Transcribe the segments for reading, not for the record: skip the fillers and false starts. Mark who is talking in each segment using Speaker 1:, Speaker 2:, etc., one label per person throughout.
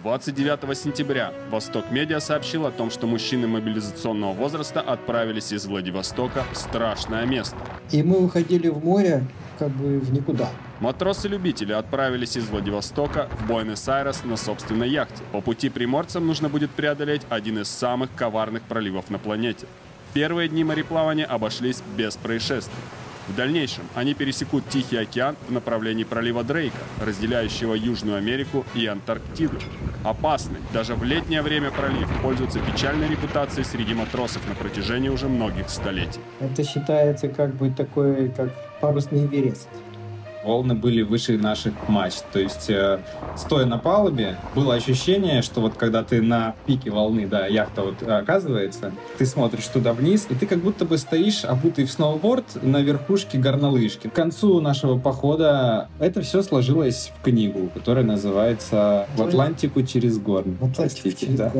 Speaker 1: 29 сентября Восток Медиа сообщил о том, что мужчины мобилизационного возраста отправились из Владивостока в страшное место.
Speaker 2: И мы уходили в море как бы в никуда.
Speaker 1: Матросы-любители отправились из Владивостока в Буэнос-Айрес на собственной яхте. По пути приморцам нужно будет преодолеть один из самых коварных проливов на планете. Первые дни мореплавания обошлись без происшествий. В дальнейшем они пересекут Тихий океан в направлении пролива Дрейка, разделяющего Южную Америку и Антарктиду. Опасный, даже в летнее время пролив пользуется печальной репутацией среди матросов на протяжении уже многих столетий.
Speaker 2: Это считается как бы такой, как парусный Эверест.
Speaker 3: Волны были выше наших мачт. То есть, стоя на палубе, было ощущение, что вот когда ты на пике волны, да, яхта вот оказывается, ты смотришь туда вниз, и ты как будто бы стоишь, обутый в сноуборд на верхушке горнолыжки. К концу нашего похода это все сложилось в книгу, которая называется «В Атлантику через горн». Простите, да.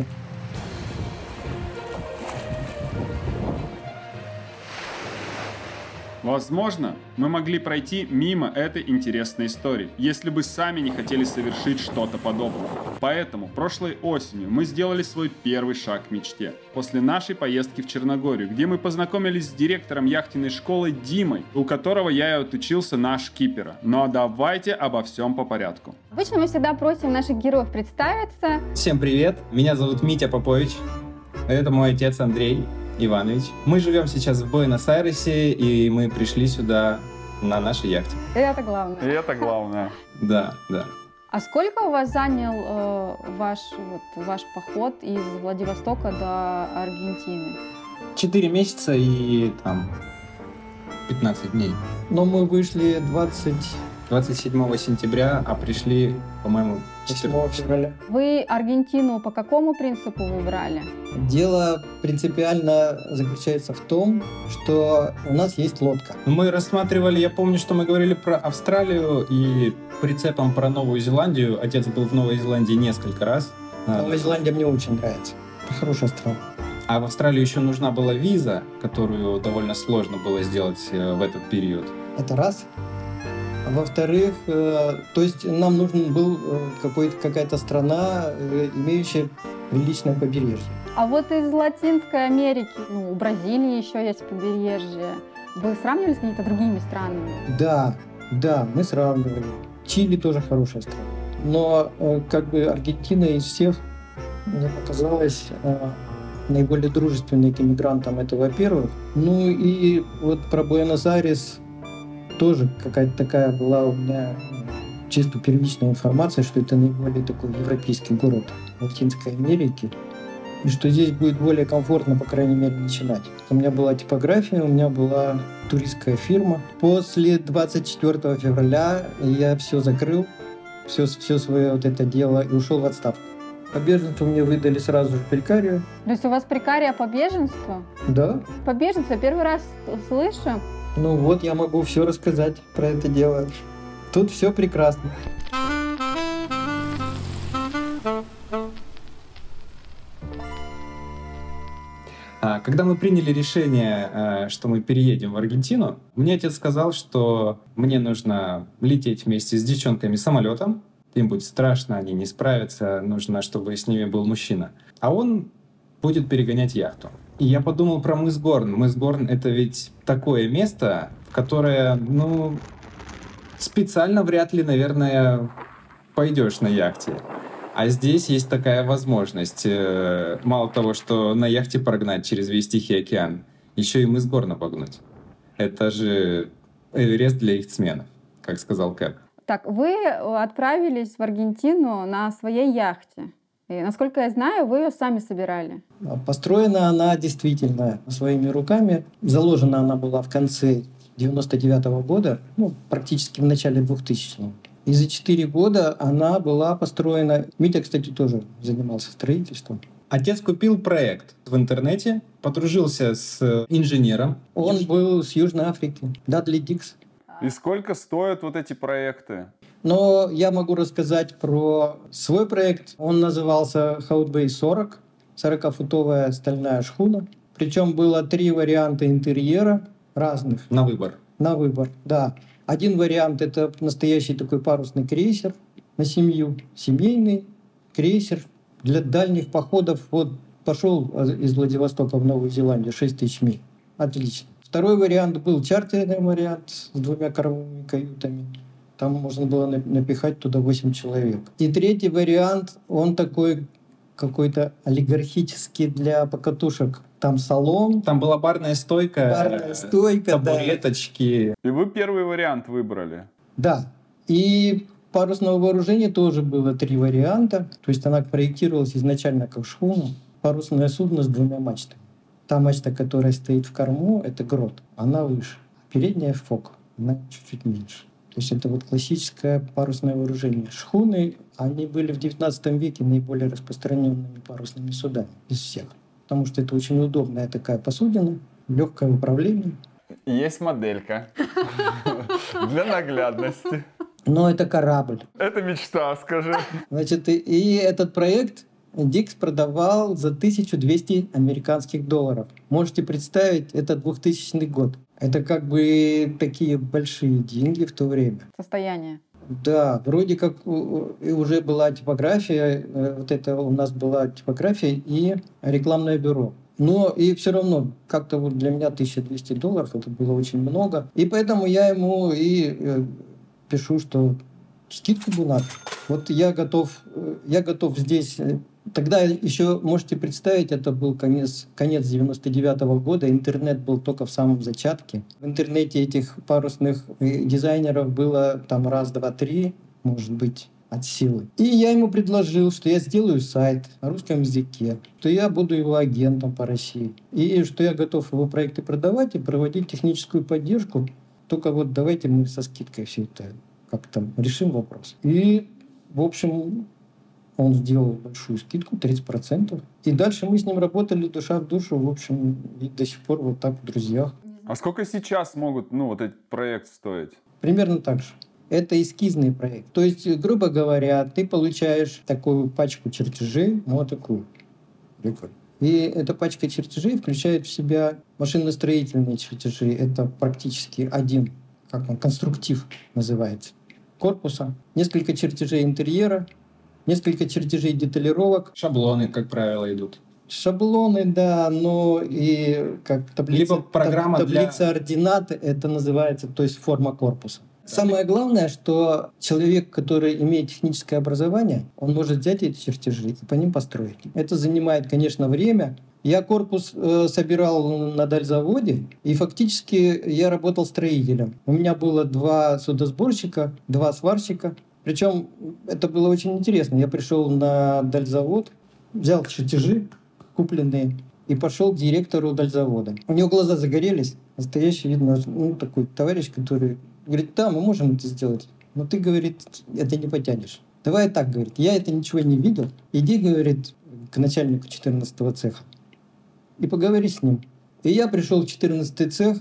Speaker 1: Возможно, мы могли пройти мимо этой интересной истории, если бы сами не хотели совершить что-то подобное. Поэтому прошлой осенью мы сделали свой первый шаг к мечте. После нашей поездки в Черногорию, где мы познакомились с директором яхтенной школы Димой, у которого я и отучился на шкипера. Но давайте обо всем по порядку.
Speaker 4: Обычно мы всегда просим наших героев представиться.
Speaker 3: Всем привет, меня зовут Митя Попович, это мой отец Андрей Иванович. Мы живем сейчас в Буэнос-Айресе, и мы пришли сюда на нашей яхте.
Speaker 4: И это главное.
Speaker 1: И это главное.
Speaker 3: Да.
Speaker 4: А сколько у вас занял ваш поход из Владивостока до Аргентины?
Speaker 3: 4 месяца и там 15 дней.
Speaker 2: Но мы вышли
Speaker 3: 27 сентября, а пришли, по-моему,
Speaker 2: 8 февраля.
Speaker 4: Вы Аргентину по какому принципу выбрали?
Speaker 2: Дело принципиально заключается в том, что у нас есть лодка.
Speaker 3: Мы рассматривали, я помню, что мы говорили про Австралию и прицепом про Новую Зеландию. Отец был в Новой Зеландии несколько раз.
Speaker 2: Новая Зеландия мне очень нравится. Это хорошая страна.
Speaker 3: А в Австралию еще нужна была виза, которую довольно сложно было сделать в этот период.
Speaker 2: Это раз. А во-вторых, то есть нам нужен был какая-то страна, имеющая приличное побережье.
Speaker 4: А вот из Латинской Америки, у Бразилии еще есть побережье. Вы сравнивали с какими-то другими странами?
Speaker 2: Да, мы сравнивали. Чили тоже хорошая страна. Но как бы Аргентина из всех мне показалась наиболее дружественной к иммигрантам, это во-первых. Ну и вот про Буэнос-Айрес тоже какая-то такая была у меня чисто первичная информация, что это наиболее такой европейский город Латинской Америки, и что здесь будет более комфортно, по крайней мере, начинать. У меня была типография, у меня была туристская фирма. После 24 февраля я все закрыл, все свое вот это дело и ушел в отставку. По беженству мне выдали сразу же прекарию.
Speaker 4: То есть у вас прекария по беженству?
Speaker 2: Да.
Speaker 4: По беженству я первый раз слышу.
Speaker 2: Ну вот, я могу все рассказать про это дело. Тут все прекрасно.
Speaker 3: Когда мы приняли решение, что мы переедем в Аргентину, мне отец сказал, что мне нужно лететь вместе с девчонками самолетом. Им будет страшно, они не справятся, нужно, чтобы с ними был мужчина. А он будет перегонять яхту. И я подумал про мыс Горн. Мыс Горн — это ведь такое место, в которое, специально вряд ли, наверное, пойдешь на яхте. А здесь есть такая возможность. Мало того, что на яхте прогнать через весь Тихий океан, еще и мыс Горн обогнуть. Это же Эверест для яхтсменов, как сказал Кэп.
Speaker 4: Так, вы отправились в Аргентину на своей яхте. И, насколько я знаю, вы ее сами собирали.
Speaker 2: Построена она действительно своими руками. Заложена она была в конце 99-го года, практически в начале 2000-го. И за 4 года она была построена. Митя, кстати, тоже занимался строительством.
Speaker 3: Отец купил проект в интернете, подружился с инженером.
Speaker 2: Он был с Южной Африки, Дадли Дикс.
Speaker 1: И сколько стоят вот эти проекты?
Speaker 2: Но я могу рассказать про свой проект. Он назывался Хаутбей 40, 40-футовая стальная шхуна. Причем было 3 варианта интерьера разных.
Speaker 3: На выбор.
Speaker 2: На выбор, да. Один вариант — это настоящий такой парусный крейсер на семью, семейный. крейсер для дальних походов. Вот пошел из Владивостока в Новую Зеландию 6000 миль. Отлично. Второй вариант был чартерный вариант с 2 кормовыми каютами. Там можно было напихать туда 8 человек. И третий вариант, он такой какой-то олигархический для покатушек. Там салон.
Speaker 3: Там была барная стойка,
Speaker 2: Да.
Speaker 3: табуреточки.
Speaker 1: И вы первый вариант выбрали.
Speaker 2: Да. И парусного вооружения тоже было 3 варианта. То есть она проектировалась изначально как шхуна. Парусное судно с 2 мачтами. Та мачта, которая стоит в корму, это грот. Она выше. Передняя фок. Она чуть-чуть меньше. То есть это вот классическое парусное вооружение. Шхуны, они были в 19 веке наиболее распространенными парусными судами из всех. Потому что это очень удобная такая посудина, легкое в управлении.
Speaker 1: Есть моделька для наглядности.
Speaker 2: Но это корабль.
Speaker 1: Это мечта, скажи.
Speaker 2: Значит, и этот проект Дикс продавал за 1200 американских долларов. Можете представить, это 2000 год. Это как бы такие большие деньги в то время.
Speaker 4: Состояние.
Speaker 2: Да, вроде как и уже была типография, вот это у нас была типография и рекламное бюро. Но и все равно, как-то вот для меня 1200 долларов, это было очень много. И поэтому я ему и пишу, что скидку бы надо. Вот я готов здесь. Тогда еще можете представить, это был конец 99-го года, интернет был только в самом зачатке. В интернете этих парусных дизайнеров было там раз, два, три, может быть, от силы. И я ему предложил, что я сделаю сайт на русском языке, что я буду его агентом по России, и что я готов его проекты продавать и проводить техническую поддержку. Только вот давайте мы со скидкой все это как-то решим вопрос. И, в общем, он сделал большую скидку, 30%. И дальше мы с ним работали душа в душу, в общем, и до сих пор вот так в друзьях.
Speaker 1: А сколько сейчас могут, вот этот проект стоить?
Speaker 2: Примерно так же. Это эскизный проект. То есть, грубо говоря, ты получаешь такую пачку чертежей, вот такую. Прикольно. И эта пачка чертежей включает в себя машиностроительные чертежи. Это практически один, конструктив называется, корпуса. Несколько чертежей интерьера, несколько чертежей деталировок.
Speaker 3: Шаблоны, как правило, идут.
Speaker 2: Шаблоны, да, но и как таблица,
Speaker 3: Либо программа
Speaker 2: таблица ординат, это называется, то есть форма корпуса. Самое главное, что человек, который имеет техническое образование, он может взять эти чертежи и по ним построить. Это занимает, конечно, время. Я корпус собирал на дальзаводе, и фактически я работал строителем. У меня было 2 судосборщика, 2 сварщика. Причем это было очень интересно. Я пришел на дальзавод, взял чертежи купленные и пошел к директору дальзавода. У него глаза загорелись. Настоящий, видно, такой товарищ, который говорит: да, мы можем это сделать, но ты, говорит, это не потянешь. Давай так, говорит, я это ничего не видел. Иди, говорит, к начальнику 14-го цеха и поговори с ним. И я пришел в 14-й цех.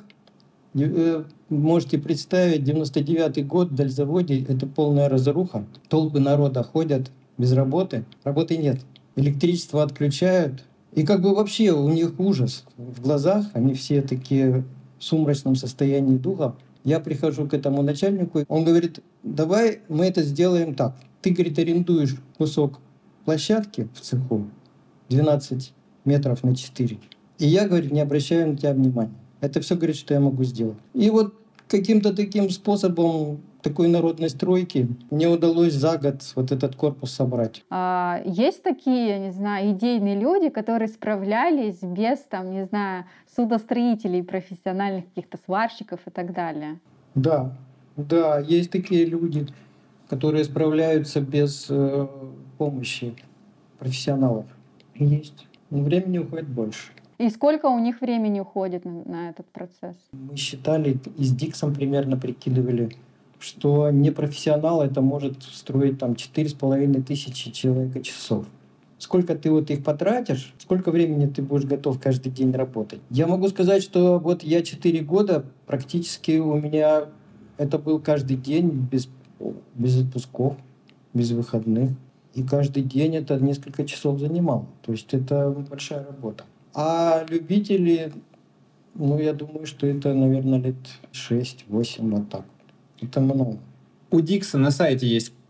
Speaker 2: Можете представить, 99-й год в дальзаводе — это полная разруха. Толпы народа ходят без работы. Работы нет. Электричество отключают. И как бы вообще у них ужас в глазах. Они все такие в сумрачном состоянии духа. Я прихожу к этому начальнику. Он говорит: давай мы это сделаем так. Ты, говорит, арендуешь кусок площадки в цеху 12 метров на 4. И я, говорит, не обращаю на тебя внимания. Это все, говорит, что я могу сделать. И вот каким-то таким способом такой народной стройки мне удалось за год вот этот корпус собрать.
Speaker 4: Есть такие, я не знаю, идейные люди, которые справлялись без, там, не знаю, судостроителей, профессиональных каких-то сварщиков и так далее?
Speaker 2: Да, есть такие люди, которые справляются без помощи профессионалов. Есть. Но времени уходит больше.
Speaker 4: И сколько у них времени уходит на этот процесс?
Speaker 2: Мы считали и с Диксом примерно прикидывали, что непрофессионал это может строить там 4500 человека-часов. Сколько ты вот их потратишь, сколько времени ты будешь готов каждый день работать. Я могу сказать, что вот я 4 года практически у меня это был каждый день без отпусков, без выходных. И каждый день это несколько часов занимало. То есть это большая работа. А любители, я думаю, что это, наверное, лет 6-8 вот так. Это много.
Speaker 3: У Дикса на сайте есть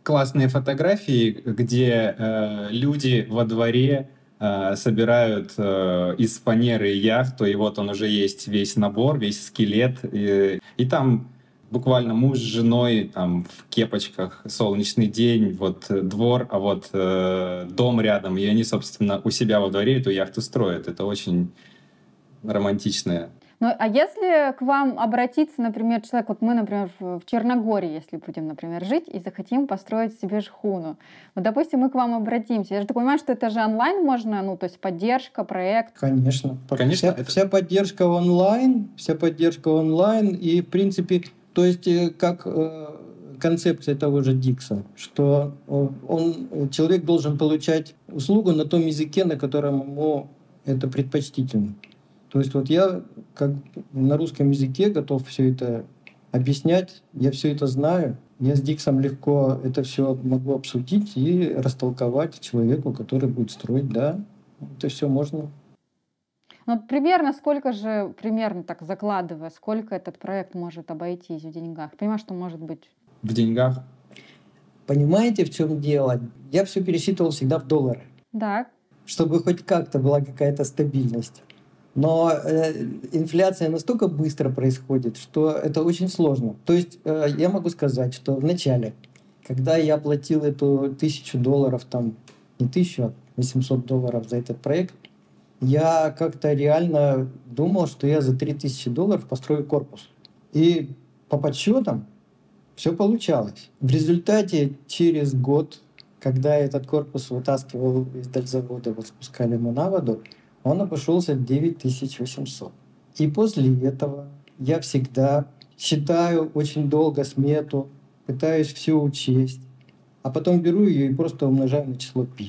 Speaker 3: классные фотографии, где люди во дворе собирают из фанеры яхту, и вот он уже есть весь набор, весь скелет, и там буквально муж с женой там в кепочках, солнечный день, вот двор, а вот дом рядом, и они, собственно, у себя во дворе эту яхту строят. Это очень романтичное.
Speaker 4: Ну, а если к вам обратиться, например, человек, вот мы, например, в Черногории, если будем, например, жить и захотим построить себе шхуну, вот, допустим, мы к вам обратимся, я же так понимаю, что это же онлайн можно, ну, то есть поддержка, проект.
Speaker 2: Конечно.
Speaker 3: Конечно,
Speaker 2: Вся поддержка онлайн, и, в принципе, то есть как концепция того же Дикса, что человек должен получать услугу на том языке, на котором ему это предпочтительно. То есть вот я как на русском языке готов все это объяснять, я все это знаю, я с Диксом легко это все могу обсудить и растолковать человеку, который будет строить, да, это все можно.
Speaker 4: Ну, примерно сколько же, примерно так закладывая, сколько этот проект может обойтись в деньгах? Понимаю, что может быть...
Speaker 3: В деньгах?
Speaker 2: Понимаете, в чем дело? Я все пересчитывал всегда в доллары,
Speaker 4: Да.
Speaker 2: чтобы хоть как-то была какая-то стабильность. Но инфляция настолько быстро происходит, что это очень сложно. То есть я могу сказать, что в начале, когда я платил эту $1000, там не 1000, а $800 за этот проект, я как-то реально думал, что я за $3000 построю корпус. И по подсчетам все получалось. В результате через год, когда этот корпус вытаскивал из дальзавода, вот спускали мы на воду, он обошелся 9800. И после этого я всегда считаю очень долго смету, пытаюсь все учесть, а потом беру ее и просто умножаю на число π.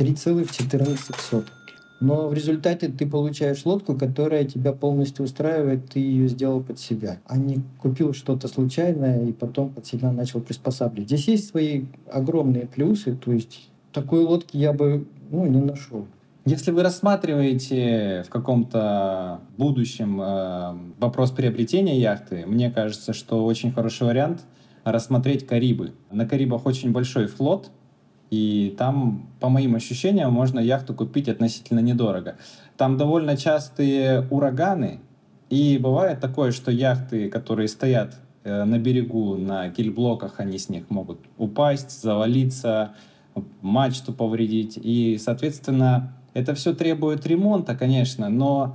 Speaker 2: 3,14. Но в результате ты получаешь лодку, которая тебя полностью устраивает, ты ее сделал под себя, а не купил что-то случайное и потом под себя начал приспосабливать. Здесь есть свои огромные плюсы, то есть такой лодки я бы не нашел.
Speaker 3: Если вы рассматриваете в каком-то будущем вопрос приобретения яхты, мне кажется, что очень хороший вариант рассмотреть Карибы. На Карибах очень большой флот, и там, по моим ощущениям, можно яхту купить относительно недорого. Там довольно частые ураганы, и бывает такое, что яхты, которые стоят на берегу, на кильблоках, они с них могут упасть, завалиться, мачту повредить, и, соответственно, это все требует ремонта, конечно, но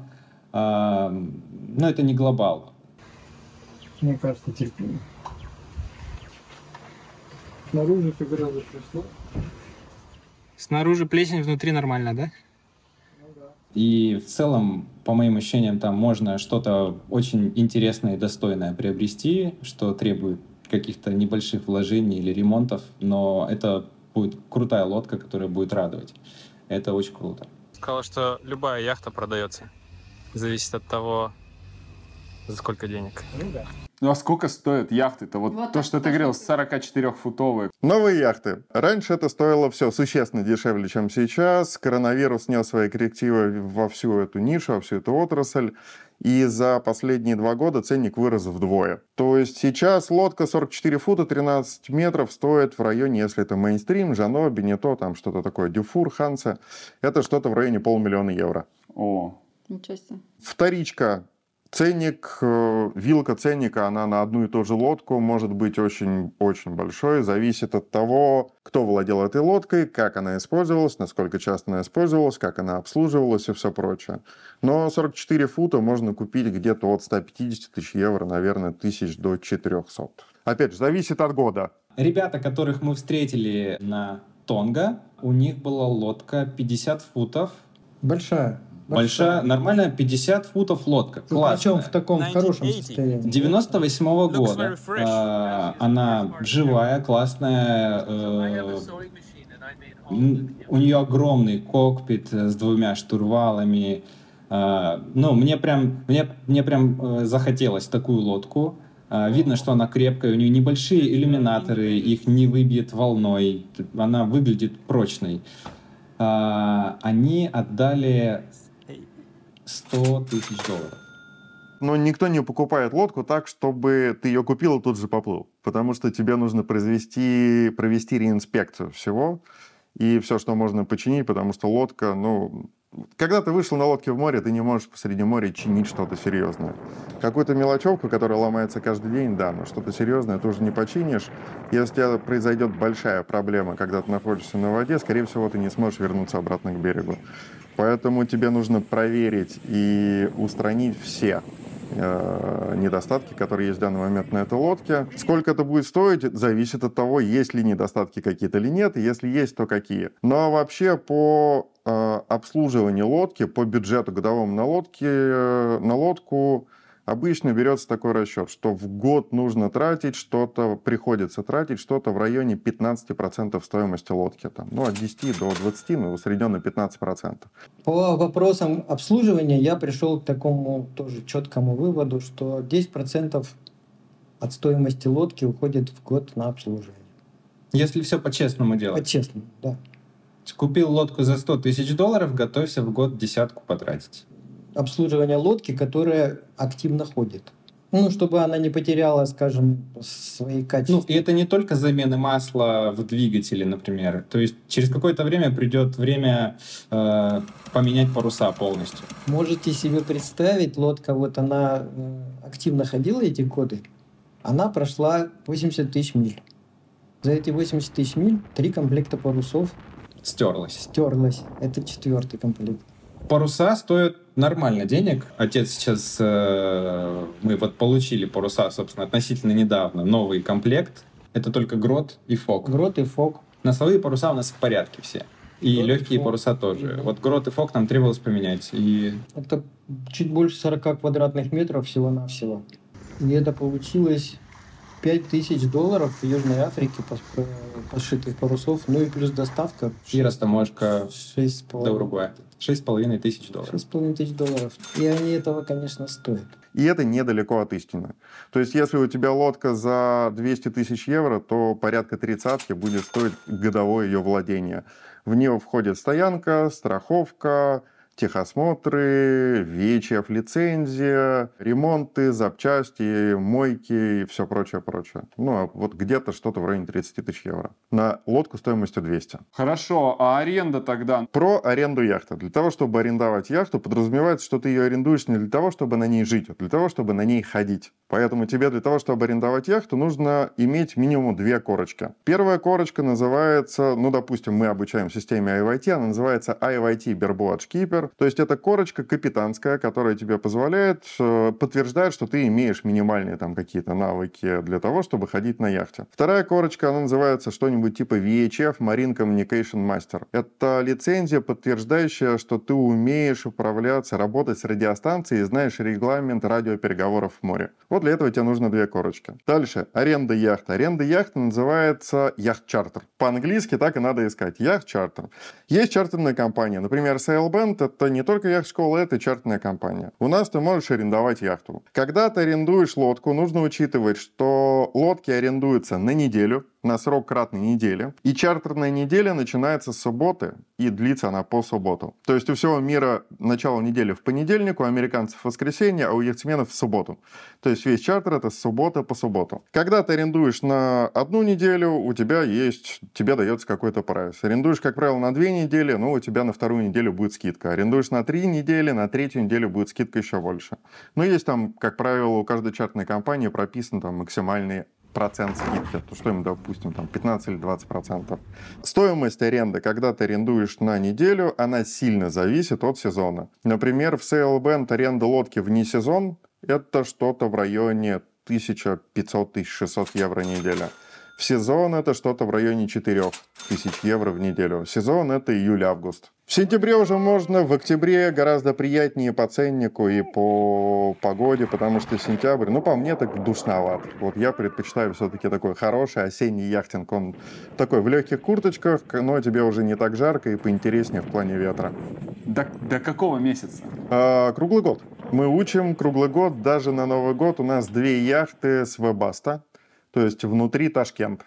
Speaker 3: это не глобал.
Speaker 2: Мне кажется, терпимо. Снаружи все гораздо пришло.
Speaker 5: Снаружи плесень, внутри нормально, да?
Speaker 3: И в целом, по моим ощущениям, там можно что-то очень интересное и достойное приобрести, что требует каких-то небольших вложений или ремонтов, но это будет крутая лодка, которая будет радовать. Это очень круто.
Speaker 5: Сказала, что любая яхта продается. Зависит от того, за сколько денег.
Speaker 1: Ну а сколько стоят яхты-то? Вот
Speaker 4: Вот
Speaker 1: то,
Speaker 4: так,
Speaker 1: что ты говорил, 44-футовые.
Speaker 6: Новые яхты. Раньше это стоило все существенно дешевле, чем сейчас. Коронавирус внес свои коррективы во всю эту нишу, во всю эту отрасль. И за последние 2 года ценник вырос вдвое. То есть сейчас лодка 44 фута, 13 метров стоит в районе, если это мейнстрим, Жано, Бенето, там что-то такое, Дюфур, Ханса, это что-то в районе 500 000 евро.
Speaker 1: О,
Speaker 4: Ничего себе.
Speaker 6: Вторичка. Ценник, вилка ценника, она на одну и ту же лодку может быть очень-очень большой. Зависит от того, кто владел этой лодкой, как она использовалась, насколько часто она использовалась, как она обслуживалась и все прочее. Но 44 фута можно купить где-то от 150 000 евро, наверное, 1000 до 400. Опять же, зависит от года.
Speaker 3: Ребята, которых мы встретили на Тонго, у них была лодка 50 футов.
Speaker 2: Большая.
Speaker 3: Нормальная 50 футов лодка. Классная.
Speaker 2: Причем в таком хорошем состоянии.
Speaker 3: 98-го года. Она живая, классная. У нее огромный кокпит с 2 штурвалами. Мне прям захотелось такую лодку. Видно, что она крепкая, у нее небольшие иллюминаторы, их не выбьет волной. Она выглядит прочной. Они отдали $100 000.
Speaker 6: Но никто не покупает лодку так, чтобы ты ее купил и тут же поплыл. потому что тебе нужно провести реинспекцию всего и все, что можно починить, потому что лодка, когда ты вышел на лодке в море, ты не можешь посреди моря чинить что-то серьезное. Какую-то мелочевку, которая ломается каждый день, да, но что-то серьезное ты уже не починишь. Если у тебя произойдет большая проблема, когда ты находишься на воде, скорее всего, ты не сможешь вернуться обратно к берегу. Поэтому тебе нужно проверить и устранить все недостатки, которые есть в данный момент на этой лодке. Сколько это будет стоить, зависит от того, есть ли недостатки какие-то или нет, и если есть, то какие. Но вообще по обслуживанию лодки, по бюджету годовому на лодку обычно берется такой расчет, что в год нужно приходится тратить что-то в районе 15% стоимости лодки. От 10 до 20, усредненно 15%.
Speaker 2: По вопросам обслуживания я пришел к такому тоже четкому выводу, что 10% от стоимости лодки уходит в год на обслуживание.
Speaker 3: Если все по-честному делать.
Speaker 2: По-честному, да.
Speaker 3: Купил лодку за $100 тысяч, готовься в год 10 потратить.
Speaker 2: Обслуживание лодки, которая активно ходит. Чтобы она не потеряла, скажем, свои качества.
Speaker 3: И это не только замена масла в двигателе, например. То есть через какое-то время придет время поменять паруса полностью.
Speaker 2: Можете себе представить, лодка, она активно ходила эти годы, она прошла 80 тысяч миль. За эти 80 тысяч миль 3 комплекта парусов
Speaker 3: стерлась.
Speaker 2: Это 4-й комплект.
Speaker 3: Паруса стоят нормально денег. Отец сейчас... мы получили паруса, собственно, относительно недавно. Новый комплект. Это только грот и фок.
Speaker 2: Грот и фок.
Speaker 3: Носовые паруса у нас в порядке все. И
Speaker 2: грот
Speaker 3: легкие
Speaker 2: и
Speaker 3: паруса тоже. Грот и фок нам требовалось поменять.
Speaker 2: Это чуть больше 40 квадратных метров всего-навсего. И это получилось $5000 в Южной Африке пошитых парусов, и плюс доставка.
Speaker 3: И растаможка
Speaker 2: 6,5
Speaker 3: до Уругвая. $6,5 тысяч.
Speaker 2: $6,5 тысяч. И они этого, конечно, стоят.
Speaker 6: И это недалеко от истины. То есть, если у тебя лодка за 200 тысяч евро, то порядка 30 будет стоить годовое ее владение. В нее входит стоянка, страховка, техосмотры, ВИЧФ лицензия, ремонты, запчасти, мойки и все прочее. Где-то что-то в районе 30 тысяч евро. На лодку стоимостью 200.
Speaker 1: Хорошо, а аренда тогда?
Speaker 6: Про аренду яхты. Для того, чтобы арендовать яхту, подразумевается, что ты ее арендуешь не для того, чтобы на ней жить, а для того, чтобы на ней ходить. Поэтому тебе для того, чтобы арендовать яхту, нужно иметь минимум 2 корочки. Первая корочка называется, допустим, мы обучаем в системе IYT, она называется IYT Bareboat Keeper. То есть это корочка капитанская, которая тебе позволяет, подтверждает, что ты имеешь минимальные какие-то навыки для того, чтобы ходить на яхте. Вторая корочка, она называется что-нибудь типа VHF Marine Communication Master. Это лицензия, подтверждающая, что ты умеешь управляться, работать с радиостанцией и знаешь регламент радиопереговоров в море. Для этого тебе нужно 2 корочки. Дальше. Аренда яхты. Аренда яхты называется яхт-чартер. По-английски так и надо искать. Яхт-чартер. Есть чартерная компания. Например, Sailbent — это не только яхт-школа, это чартерная компания. У нас ты можешь арендовать яхту. Когда ты арендуешь лодку, нужно учитывать, что лодки арендуются на неделю, на срок кратной недели. И чартерная неделя начинается с субботы и длится она по субботу. То есть у всего мира начало недели в понедельник, у американцев в воскресенье, а у яхтсменов в субботу. То есть весь чартер — это с субботы по субботу. Когда ты арендуешь на 1 неделю, тебе дается какой-то прайс. Арендуешь, как правило, на 2 недели, у тебя на 2-ю неделю будет скидка. Арендуешь на 3 недели, на 3-ю неделю будет скидка еще больше. Есть как правило, у каждой чартерной компании прописан максимальный процент скидки, то что им, допустим, 15 или 20%. Стоимость аренды, когда ты арендуешь на неделю, она сильно зависит от сезона. Например, в Sailbent аренда лодки вне сезон — это что-то в районе 1500-1600 евро в неделю. В сезон это что-то в районе 4000 евро в неделю. Сезон — это июль-август. В сентябре уже можно, в октябре гораздо приятнее по ценнику и по погоде, потому что сентябрь, по мне, так душноват. Я предпочитаю все-таки такой хороший осенний яхтинг. Он такой в легких курточках, но тебе уже не так жарко и поинтереснее в плане ветра.
Speaker 1: До какого месяца?
Speaker 6: Круглый год. Мы учим круглый год. Даже на Новый год у нас 2 яхты с Webasto, то есть внутри Ташкент.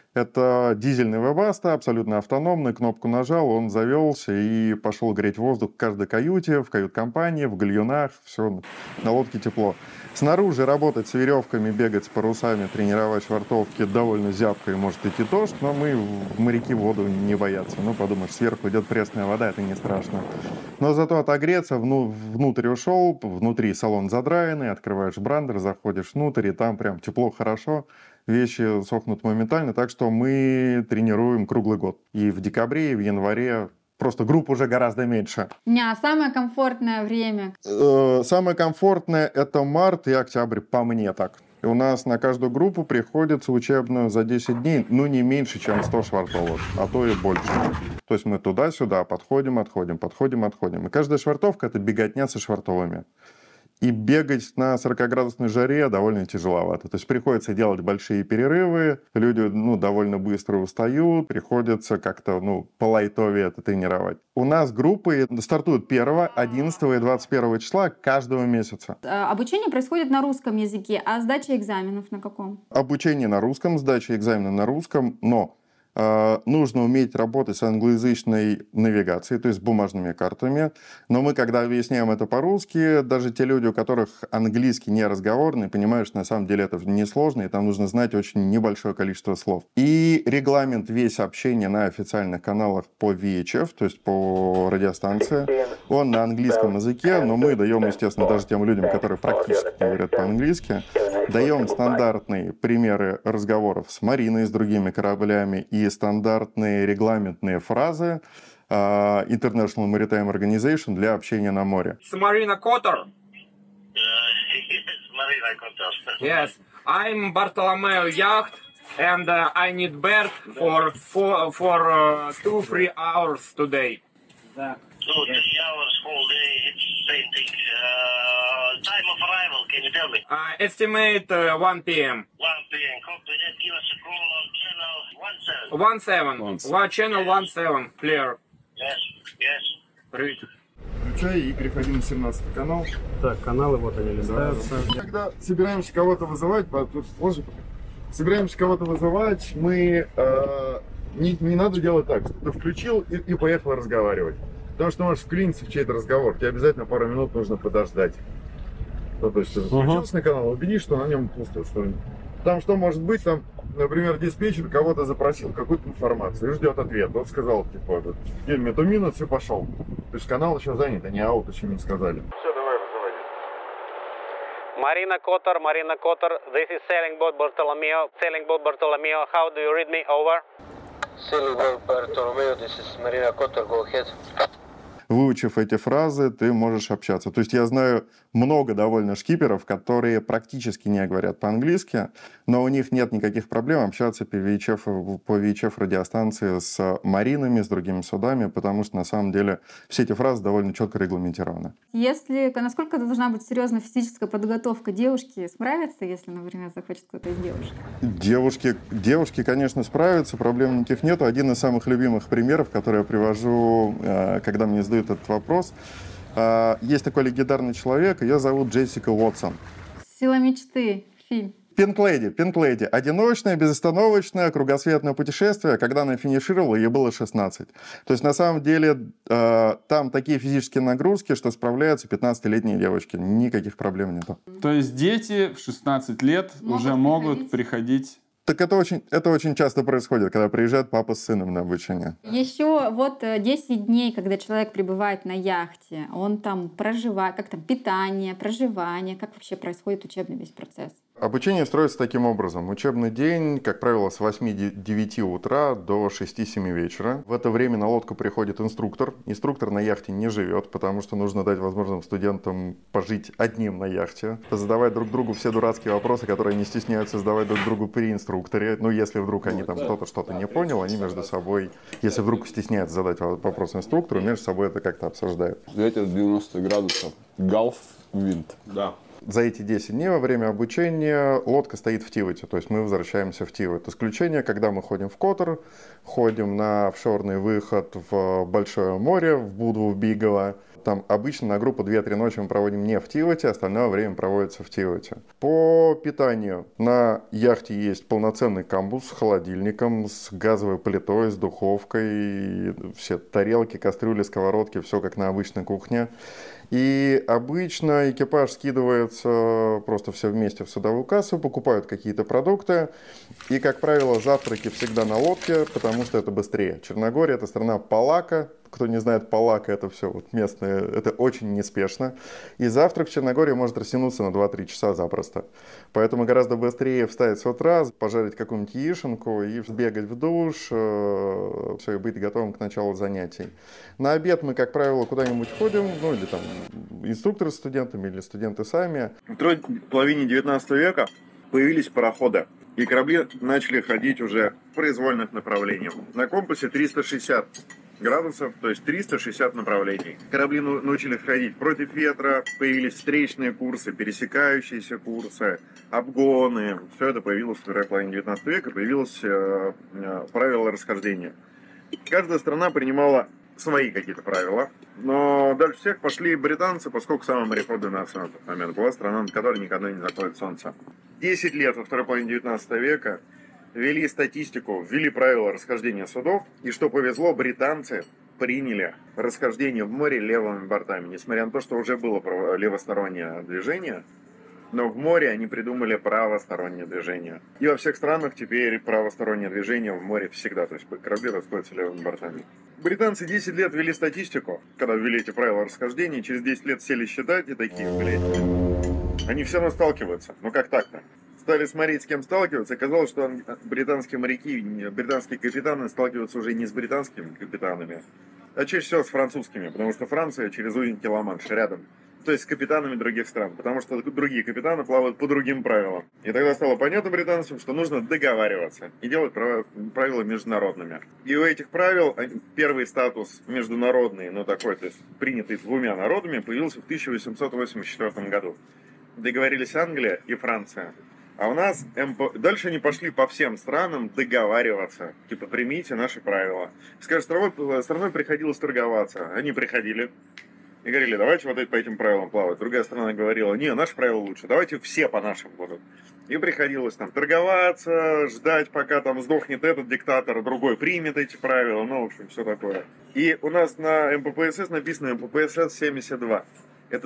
Speaker 6: Это дизельный Webasto, абсолютно автономный, кнопку нажал, он завелся и пошел греть воздух в каждой каюте, в кают-компании, в гальюнах, все, на лодке тепло. Снаружи работать с веревками, бегать с парусами, тренировать швартовки довольно зябко и может идти дождь, но мы в моряки воду не боятся. Ну, подумаешь, сверху идет пресная вода, это не страшно. Но зато отогреться, внутрь ушел, внутри салон задраенный, открываешь брандер, заходишь внутрь, и там прям тепло, хорошо. Вещи сохнут моментально, так что мы тренируем круглый год. И в декабре, и в январе. Просто групп уже гораздо меньше.
Speaker 4: Не, а самое комфортное время?
Speaker 6: Самое комфортное — это март и октябрь, по мне так. И у нас на каждую группу приходится учебную за 10 дней, ну, не меньше, чем 100 швартовок, а то и больше. То есть мы туда-сюда подходим, отходим, подходим, отходим. И каждая швартовка — это беготня со швартовыми. И бегать на 40-градусной жаре довольно тяжеловато. То есть приходится делать большие перерывы, люди довольно быстро устают, приходится как-то по лайтове это тренировать. У нас группы стартуют 1, 11 и 21 числа каждого месяца.
Speaker 4: Обучение происходит на русском языке, а сдача экзаменов на каком?
Speaker 6: Обучение на русском, сдача экзамена на русском, но нужно уметь работать с англоязычной навигацией, то есть с бумажными картами. Но мы, когда объясняем это по-русски, даже те люди, у которых английский не разговорный, понимают, что на самом деле это несложно, и там нужно знать очень небольшое количество слов. И регламент весь общения на официальных каналах по VHF, то есть по радиостанции, он на английском языке, но мы даем, естественно, даже тем людям, которые практически не говорят по-английски, даем стандартные примеры разговоров с Мариной, с другими кораблями и стандартные регламентные фразы International Maritime Organization для общения на море.
Speaker 7: Marina Kotor.
Speaker 8: Marina Kotor.
Speaker 7: Yes, I'm Bartolomeo Yacht, and I need berth for 2-3 hours today.
Speaker 8: 2-3 hours whole day, it's same thing. Time of arrival, can you tell me?
Speaker 7: Estimate 1 p.m.
Speaker 8: 1 p.m. Copy that. Give us a call on channel 17.
Speaker 7: Channel 17, clear.
Speaker 8: Yes.
Speaker 7: Read.
Speaker 6: Включай и переходи на 17 канал.
Speaker 9: Так, каналы вот они листаются.
Speaker 6: Когда собираемся кого-то вызывать, мы не надо делать так, что ты включил и поехал разговаривать. Потому что можешь вклиниться в чей-то разговор, тебе обязательно пару минут нужно подождать. То есть ты включился на канал, убедись, что на нем пусто. Там что может быть, там, например, диспетчер кого-то запросил какую-то информацию и ждет ответ. Вот сказал, типа, give me 2 minutes и пошел. То есть канал еще занят, они аут еще не сказали. Все, давай вызывай.
Speaker 9: Marina Kotor, this is Sailing Boat Bartolomeo, how do you read me, over?
Speaker 8: Sailing Boat Bartolomeo, this is Marina Kotor, go ahead.
Speaker 6: Выучив эти фразы, ты можешь общаться. То есть я знаю много довольно шкиперов, которые практически не говорят по-английски, но у них нет никаких проблем общаться по VHF радиостанции с маринами, с другими судами, потому что на самом деле все эти фразы довольно четко регламентированы.
Speaker 4: Насколько должна быть серьезная физическая подготовка? Девушки справятся, если, например, захочет кто-то из девушек?
Speaker 6: Девушки, конечно, справятся, проблем никаких нету. Один из самых любимых примеров, который я привожу, когда мне задают этот вопрос. Есть такой легендарный человек, ее зовут Джессика Уотсон.
Speaker 4: «Сила мечты», фильм.
Speaker 6: Пинк-леди. Одиночное, безостановочное, кругосветное путешествие. Когда она финишировала, ей было 16. То есть, на самом деле, там такие физические нагрузки, что справляются 15-летние девочки. Никаких проблем нету.
Speaker 1: То есть дети в 16 лет уже могут приходить...
Speaker 6: Так это очень часто происходит, когда приезжает папа с сыном на обучение.
Speaker 4: Еще 10 дней, когда человек пребывает на яхте, он там проживает, как там питание, проживание, как вообще происходит учебный весь процесс?
Speaker 6: Обучение строится таким образом. Учебный день, как правило, с 8-9 утра до 6-7 вечера. В это время на лодку приходит инструктор. Инструктор на яхте не живет, потому что нужно дать возможность студентам пожить одним на яхте. Задавать друг другу все дурацкие вопросы, которые не стесняются задавать друг другу при инструкторе. Ну, если вдруг они там кто-то что-то не понял, они между собой, если вдруг стесняются задать вопрос инструктору, между собой это как-то обсуждают.
Speaker 10: Ветер 90 градусов, Gulf Wind.
Speaker 6: Да. За эти 10 дней во время обучения лодка стоит в Тивоте, то есть мы возвращаемся в Тивот. Исключение, когда мы ходим в Котор, ходим на офшорный выход в Большое море, в Будву, в Бигово. Там обычно на группу 2-3 ночи мы проводим не в Тивоте, остальное время проводится в Тивоте. По питанию на яхте есть полноценный камбус с холодильником, с газовой плитой, с духовкой, все тарелки, кастрюли, сковородки, все как на обычной кухне. И обычно экипаж скидывается просто все вместе в судовую кассу, покупают какие-то продукты. И, как правило, завтраки всегда на лодке, потому что это быстрее. Черногория — это страна Палака. Кто не знает, Палака — это все вот местное, это очень неспешно. И завтрак в Черногории может растянуться на 2-3 часа запросто. Поэтому гораздо быстрее встать с утра, пожарить какую-нибудь яишенку и сбегать в душ, все, и быть готовым к началу занятий. На обед мы, как правило, куда-нибудь ходим, ну или там инструкторы с студентами, или студенты сами.
Speaker 10: В второй половине 19 века появились пароходы. И корабли начали ходить уже в произвольных направлениях. На компасе 360 градусов, то есть 360 направлений. Корабли научили ходить против ветра, появились встречные курсы, пересекающиеся курсы, обгоны. Все это появилось в второй половине 19 века, появилось правило расхождения. Каждая страна принимала свои какие-то правила, но дальше всех пошли британцы, поскольку самая мореходная нация на тот момент была страна, над которой никогда не заходит солнце. 10 лет во второй половине 19 века ввели статистику, ввели правила расхождения судов, и что повезло, британцы приняли расхождение в море левыми бортами. Несмотря на то, что уже было левостороннее движение, но в море они придумали правостороннее движение. И во всех странах теперь правостороннее движение в море всегда, то есть корабли расходятся левыми бортами. Британцы 10 лет ввели статистику, когда ввели эти правила расхождения, через 10 лет сели считать и такие, блядь, они все равно сталкиваются. Ну как так-то? Стали смотреть, с кем сталкиваться, оказалось, что британские моряки, британские капитаны сталкиваются уже не с британскими капитанами, а чаще всего с французскими, потому что Франция через узенький Ла-Манш рядом. То есть с капитанами других стран, потому что другие капитаны плавают по другим правилам. И тогда стало понятно британцам, что нужно договариваться и делать правила международными. И у этих правил первый статус международный, ну такой, то есть принятый двумя народами, появился в 1884 году. Договорились Англия и Франция. А у нас дальше они пошли по всем странам договариваться. Типа, примите наши правила. С каждой страной приходилось торговаться. Они приходили и говорили, давайте вот по этим правилам плавать. Другая страна говорила, не, наши правила лучше, давайте все по нашим будут. И приходилось там торговаться, ждать, пока там сдохнет этот диктатор, другой примет эти правила, ну, в общем, все такое. И у нас на МППСС написано МППСС 72. Это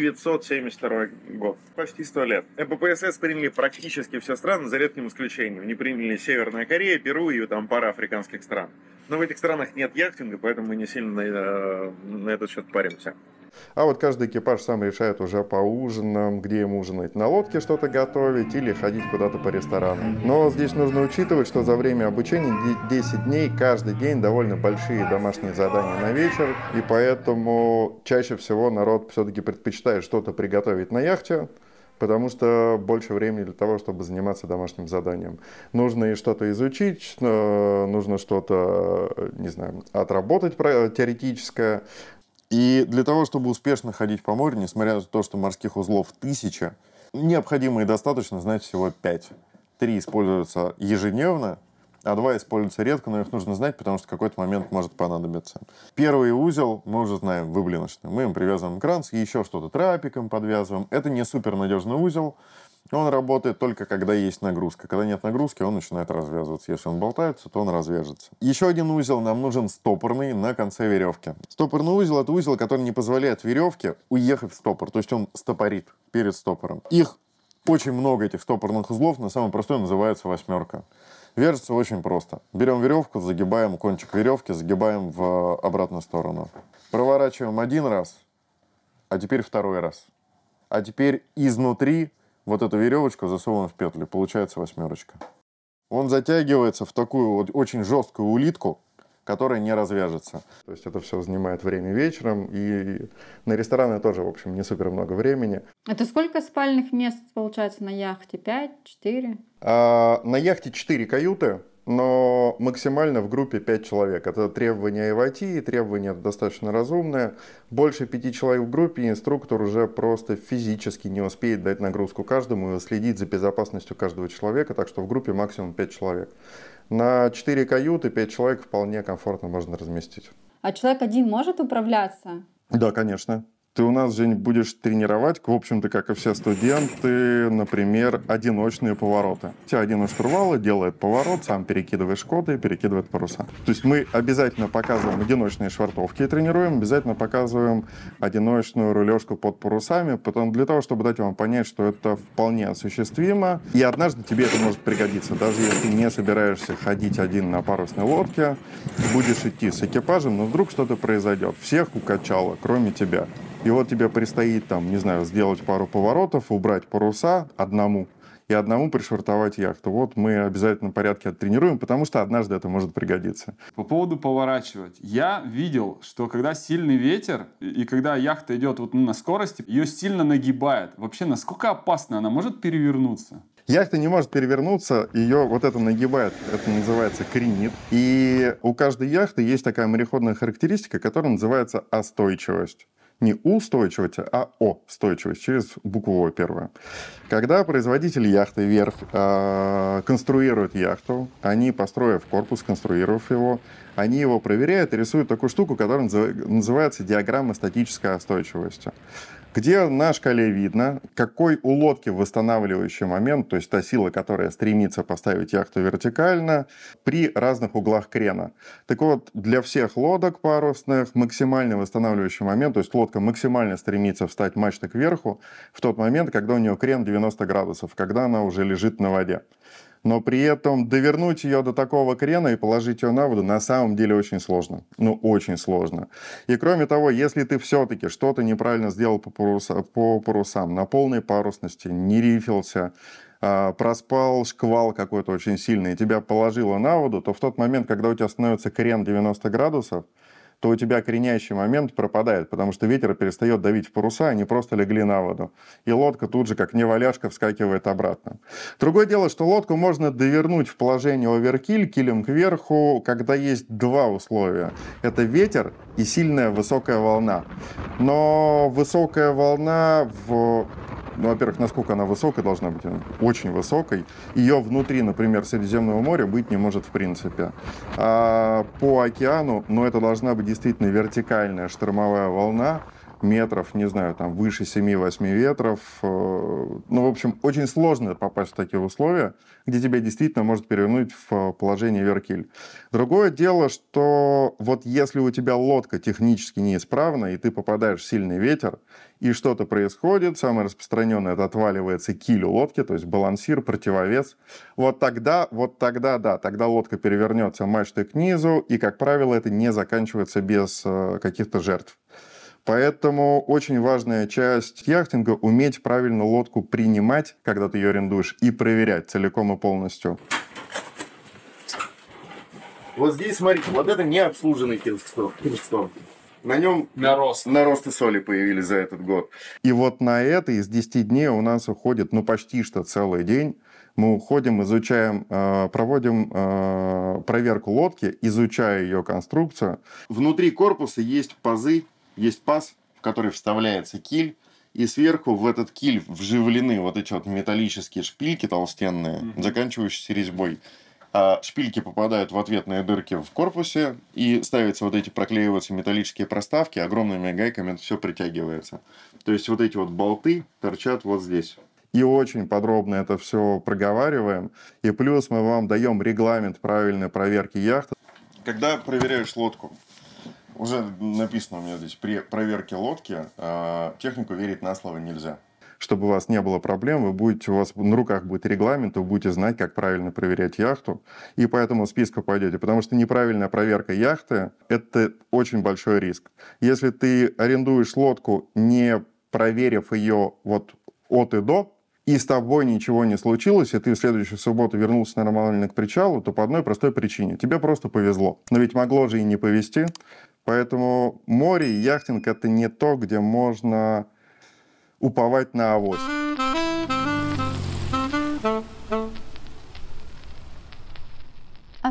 Speaker 10: 1972 год, почти 100 лет. МППСС приняли практически все страны, за редким исключением. Не приняли Северная Корея, Перу и там пара африканских стран. Но в этих странах нет яхтинга, поэтому мы не сильно на этот счет паримся.
Speaker 6: А вот каждый экипаж сам решает уже по ужинам, где ему ужинать, на лодке что-то готовить или ходить куда-то по ресторанам. Но здесь нужно учитывать, что за время обучения 10 дней, каждый день довольно большие домашние задания на вечер, и поэтому чаще всего народ все-таки предпочитает что-то приготовить на яхте, потому что больше времени для того, чтобы заниматься домашним заданием. Нужно и что-то изучить, нужно что-то, не знаю, отработать теоретическое. И для того, чтобы успешно ходить по морю, несмотря на то, что морских узлов 1000, необходимо и достаточно знать всего 5. 3 используются ежедневно, а 2 используются редко, но их нужно знать, потому что в какой-то момент может понадобиться. Первый узел мы уже знаем, выблиночный. Мы им привязываем кранц и еще что-то трапиком подвязываем. Это не супернадежный узел. Он работает только когда есть нагрузка. Когда нет нагрузки, он начинает развязываться. Если он болтается, то он развяжется. Еще один узел нам нужен стопорный на конце веревки. Стопорный узел — это узел, который не позволяет веревке уехать в стопор. То есть он стопорит перед стопором. Их очень много, этих стопорных узлов, но самый простой называется 8. Вяжется очень просто. Берем веревку, загибаем кончик веревки, загибаем в обратную сторону. Проворачиваем один раз, а теперь второй раз. А теперь изнутри вот эту веревочку засовываем в петлю. Получается 8. Он затягивается в такую вот очень жесткую улитку, которая не развяжется. То есть это все занимает время вечером. И на рестораны тоже, в общем, не супер много времени.
Speaker 4: Это сколько спальных мест получается на яхте? 5, 4?
Speaker 6: На яхте 4 каюты. но максимально в группе 5 человек. Это требования IVT, и требования достаточно разумные. Больше 5 человек в группе инструктор уже просто физически не успеет дать нагрузку каждому и следить за безопасностью каждого человека, так что в группе максимум 5 человек. На 4 каюты 5 человек вполне комфортно можно разместить.
Speaker 4: А человек один может управляться?
Speaker 6: Да, конечно. Ты у нас, Жень, будешь тренировать, в общем-то, как и все студенты, например, одиночные повороты. У тебя один у штурвала делает поворот, сам перекидываешь коды, перекидывает паруса. То есть мы обязательно показываем одиночные швартовки и тренируем, обязательно показываем одиночную рулежку под парусами, потом для того, чтобы дать вам понять, что это вполне осуществимо. И однажды тебе это может пригодиться. Даже если ты не собираешься ходить один на парусной лодке, будешь идти с экипажем, но вдруг что-то произойдет. Всех укачало, кроме тебя. И вот тебе предстоит, там, не знаю, сделать пару поворотов, убрать паруса одному и одному пришвартовать яхту. Вот мы в обязательном порядке оттренируем, потому что однажды это может пригодиться.
Speaker 1: По поводу поворачивать. Я видел, что когда сильный ветер и когда яхта идет вот на скорости, ее сильно нагибает. Вообще, насколько опасно она может перевернуться?
Speaker 6: Яхта не может перевернуться, ее вот это нагибает, это называется кренит. И у каждой яхты есть такая мореходная характеристика, которая называется остойчивость. Не устойчивость, а остойчивость, через букву О первую. Когда производитель яхты верфь конструирует яхту, они, построив корпус, конструировав его, они его проверяют и рисуют такую штуку, которая называется диаграмма статической остойчивости, где на шкале видно, какой у лодки восстанавливающий момент, то есть та сила, которая стремится поставить яхту вертикально при разных углах крена. Так вот, для всех лодок парусных максимальный восстанавливающий момент, то есть лодка максимально стремится встать мачтой кверху в тот момент, когда у нее крен 90 градусов, когда она уже лежит на воде. Но при этом довернуть ее до такого крена и положить ее на воду на самом деле очень сложно. Ну, очень сложно. И кроме того, если ты все-таки что-то неправильно сделал по парусам, на полной парусности, не рифился, проспал шквал какой-то очень сильный и тебя положило на воду, то в тот момент, когда у тебя становится крен 90 градусов, то у тебя кренящий момент пропадает, потому что ветер перестает давить в паруса, они просто легли на воду. И лодка тут же, как неваляшка, вскакивает обратно. Другое дело, что лодку можно довернуть в положение оверкиль, килем кверху, когда есть два условия. Это ветер и сильная высокая волна. Но высокая волна во-первых, насколько она высокая должна быть? Очень высокой. Ее внутри, например, Средиземного моря быть не может в принципе. А по океану, это должна быть действительно вертикальная штормовая волна, метров, не знаю, там выше 7-8 ветров. В общем, очень сложно попасть в такие условия, где тебя действительно может перевернуть в положение веркиль. Другое дело, что вот если у тебя лодка технически неисправна, и ты попадаешь в сильный ветер, и что-то происходит, самое распространенное, это отваливается киль у лодки, то есть балансир, противовес, вот тогда, да, тогда лодка перевернется мачтой к низу, и, как правило, это не заканчивается без каких-то жертв. Поэтому очень важная часть яхтинга — уметь правильно лодку принимать, когда ты ее арендуешь, и проверять целиком и полностью.
Speaker 10: Вот здесь, смотрите, вот это не обслуженный Кингстон. На нем наросты соли появились за этот год.
Speaker 6: И вот на это из 10 дней у нас уходит почти что целый день. Мы уходим, изучаем, проводим проверку лодки, изучая ее конструкцию. Внутри корпуса есть пазы, есть паз, в который вставляется киль, и сверху в этот киль вживлены вот эти вот металлические шпильки толстенные, заканчивающиеся резьбой. А шпильки попадают в ответные дырки в корпусе, и ставятся вот эти, проклеиваются металлические проставки, огромными гайками это все притягивается. То есть вот эти вот болты торчат вот здесь. И очень подробно это все проговариваем. И плюс мы вам даем регламент правильной проверки яхты. Когда проверяешь лодку, уже написано у меня здесь, при проверке лодки технику верить на слово нельзя. Чтобы у вас не было проблем, у вас на руках будет регламент, вы будете знать, как правильно проверять яхту, и по этому списку пойдете. Потому что неправильная проверка яхты – это очень большой риск. Если ты арендуешь лодку, не проверив ее вот от и до, и с тобой ничего не случилось, и ты в следующую субботу вернулся нормально к причалу, то по одной простой причине. Тебе просто повезло. Но ведь могло же и не повезти. Поэтому море и яхтинг – это не то, где можно уповать на авось.
Speaker 4: А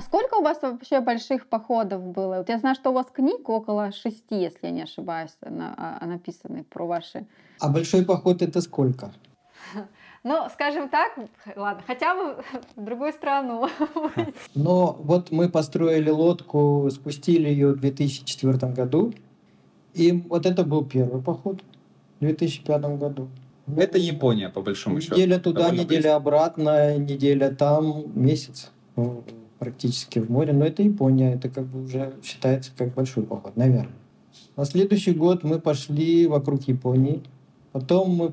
Speaker 4: вас вообще больших походов было? Вот я знаю, что у вас книг около 6, если я не ошибаюсь, написаны про ваши.
Speaker 2: А большой поход это сколько?
Speaker 4: Ну, скажем так, ладно, хотя бы в другую страну.
Speaker 2: Но вот мы построили лодку, спустили ее в 2004 году. И вот это был первый поход в 2005 году.
Speaker 3: Это Япония, по большому счету.
Speaker 2: Неделя туда,
Speaker 3: Довольно
Speaker 2: неделя
Speaker 3: близко.
Speaker 2: обратно, неделя там, месяц практически в море. Но это Япония, это как бы уже считается как большой поход, наверное. На следующий год мы пошли вокруг Японии. Потом мы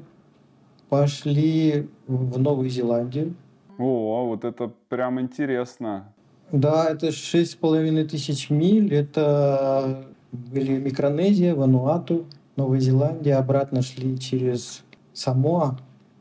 Speaker 2: пошли в Новую Зеландию.
Speaker 1: О, вот это прям интересно.
Speaker 2: Да, это 6500 миль. Это были Микронезия, Вануату, Новая Зеландия. Обратно шли через Самоа.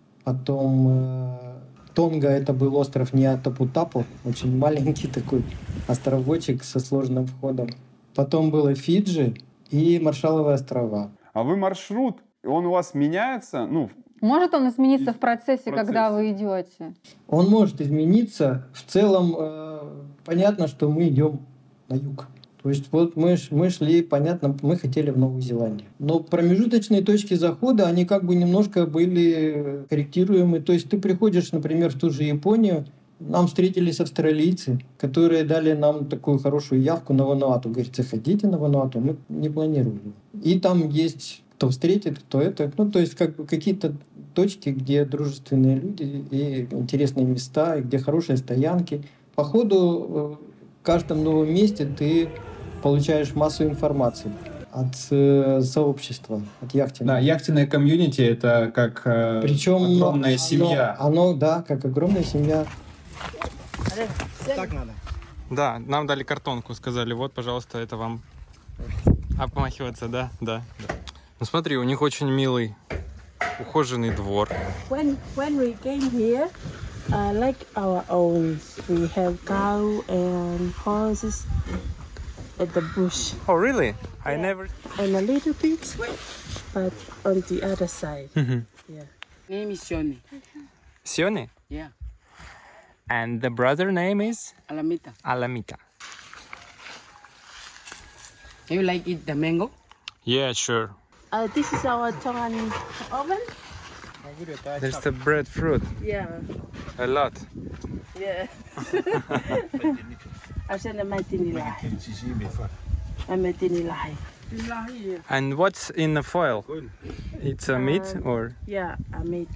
Speaker 2: Потом Тонга, это был остров Ниатапутапу. Очень маленький такой островочек со сложным входом. Потом было Фиджи и Маршалловы острова.
Speaker 1: А вы маршрут, он у вас меняется? Ну,
Speaker 4: Может он измениться в процессе,
Speaker 1: процессе.
Speaker 4: когда вы идете?
Speaker 2: Он может измениться. В целом понятно, что мы идем на юг. То есть вот мы шли, понятно, мы хотели в Новую Зеландию. Но промежуточные точки захода, они как бы немножко были корректируемы. То есть ты приходишь, например, в ту же Японию, нам встретились австралийцы, которые дали нам такую хорошую явку на Вануату. Говорит, заходите на Вануату, мы не планировали. И там есть кто встретит, кто это. Ну, то есть как бы какие-то точки, где дружественные люди и интересные места, и где хорошие стоянки. По ходу в каждом новом месте ты получаешь массу информации от сообщества, от яхтинга.
Speaker 3: Да, яхтенное комьюнити — это как
Speaker 2: Причем
Speaker 3: огромная семья.
Speaker 2: Оно, да, как огромная семья.
Speaker 7: Так надо.
Speaker 5: Да, нам дали картонку, сказали, вот, пожалуйста, это вам. Обмахиваться, да, да. Ну смотри, у них очень милый, ухоженный двор.
Speaker 11: When we came here, like our own, we have cow and horses at the bush.
Speaker 5: Oh, really? I never...
Speaker 11: And a little bit, but on the other side. Yeah.
Speaker 12: Name is Johnny.
Speaker 5: Sione?
Speaker 12: Yeah.
Speaker 5: And the brother name is?
Speaker 12: Alamita.
Speaker 5: Alamita.
Speaker 12: You like eat the mango?
Speaker 5: Yeah, sure.
Speaker 11: This is our tongan oven.
Speaker 5: There's the breadfruit.
Speaker 11: Yeah.
Speaker 5: A lot.
Speaker 11: Yeah. Asana matinilai. Matinilai.
Speaker 5: And what's in the foil? It's a meat or?
Speaker 11: Yeah, I made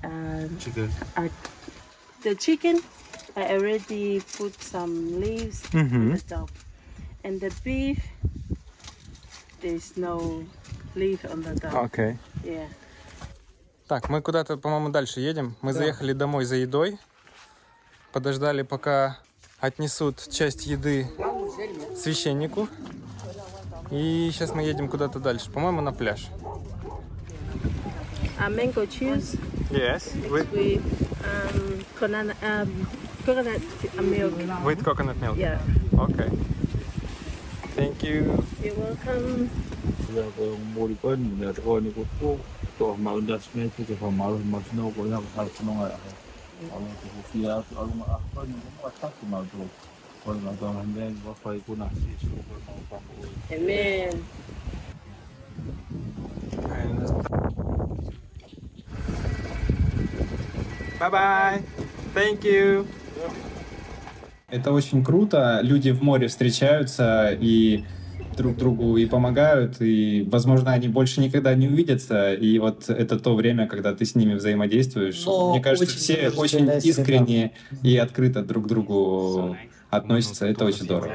Speaker 11: the chicken. I already put some leaves on the top, and the beef. There's no leaf on the top.
Speaker 5: Okay.
Speaker 11: Yeah.
Speaker 5: Так, мы куда-то, по-моему, дальше едем. Мы заехали домой за едой. Подождали, пока отнесут часть еды священнику. И сейчас мы едем куда-то дальше. По-моему, на пляж.
Speaker 11: Mango juice.
Speaker 5: Yes.
Speaker 11: With coconut milk.
Speaker 5: With coconut milk.
Speaker 11: Yeah.
Speaker 5: Okay. Thank you.
Speaker 11: You're welcome. Amen.
Speaker 5: Bye-bye. Thank you.
Speaker 3: Это очень круто. Люди в море встречаются и друг другу и помогают, и, возможно, они больше никогда не увидятся. И вот это то время, когда ты с ними взаимодействуешь.
Speaker 2: Но
Speaker 3: мне кажется,
Speaker 2: очень
Speaker 3: все очень
Speaker 2: дружественная среда.
Speaker 3: искренне и открыто друг к другу относятся. Это очень здорово.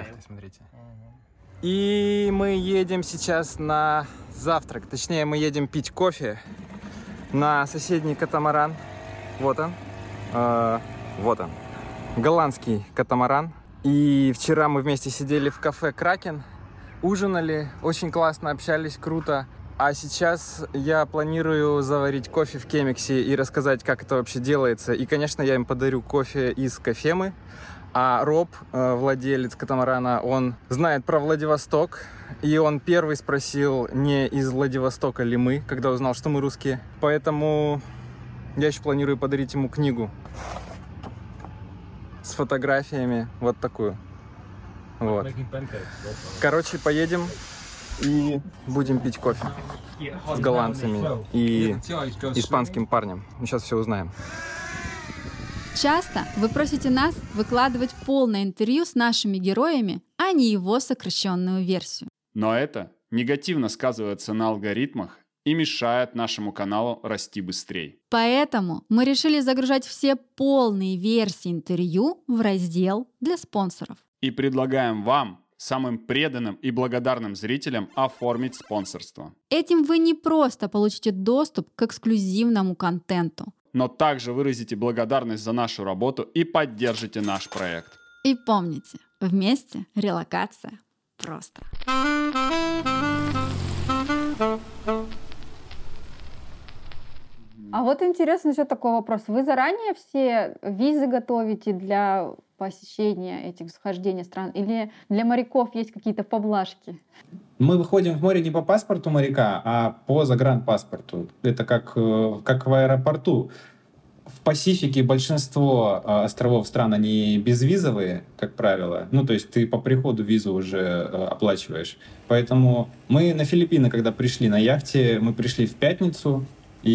Speaker 5: И мы едем сейчас на завтрак. Точнее, мы едем пить кофе на соседний катамаран. Вот он. Вот он. Голландский катамаран. И вчера мы вместе сидели в кафе «Кракен», ужинали, очень классно общались, круто. А сейчас я планирую заварить кофе в Кемиксе и рассказать, как это вообще делается. И, конечно, я им подарю кофе из Кофемы. А Роб, владелец катамарана, он знает про Владивосток. И он первый спросил, не из Владивостока ли мы, когда узнал, что мы русские. Поэтому я еще планирую подарить ему книгу с фотографиями, вот такую. Вот. Короче, поедем и будем пить кофе с голландцами и испанским парнем. Мы сейчас все узнаем.
Speaker 13: Часто вы просите нас выкладывать полное интервью с нашими героями, а не его сокращенную версию.
Speaker 1: Но это негативно сказывается на алгоритмах и мешает нашему каналу расти быстрее.
Speaker 13: Поэтому мы решили загружать все полные версии интервью в раздел для спонсоров.
Speaker 1: И предлагаем вам, самым преданным и благодарным зрителям, оформить спонсорство.
Speaker 13: Этим вы не просто получите доступ к эксклюзивному контенту,
Speaker 1: но также выразите благодарность за нашу работу и поддержите наш проект.
Speaker 13: И помните, вместе релокация просто.
Speaker 4: А вот интересно еще такой вопрос. Вы заранее все визы готовите для посещения этих схождений стран? Или для моряков есть какие-то поблажки?
Speaker 3: Мы выходим в море не по паспорту моряка, а по загранпаспорту. Это как в аэропорту. В Пасифике большинство островов стран, они безвизовые, как правило. Ну, то есть ты по приходу визу уже оплачиваешь. Поэтому мы на Филиппины, когда пришли на яхте, мы пришли в пятницу,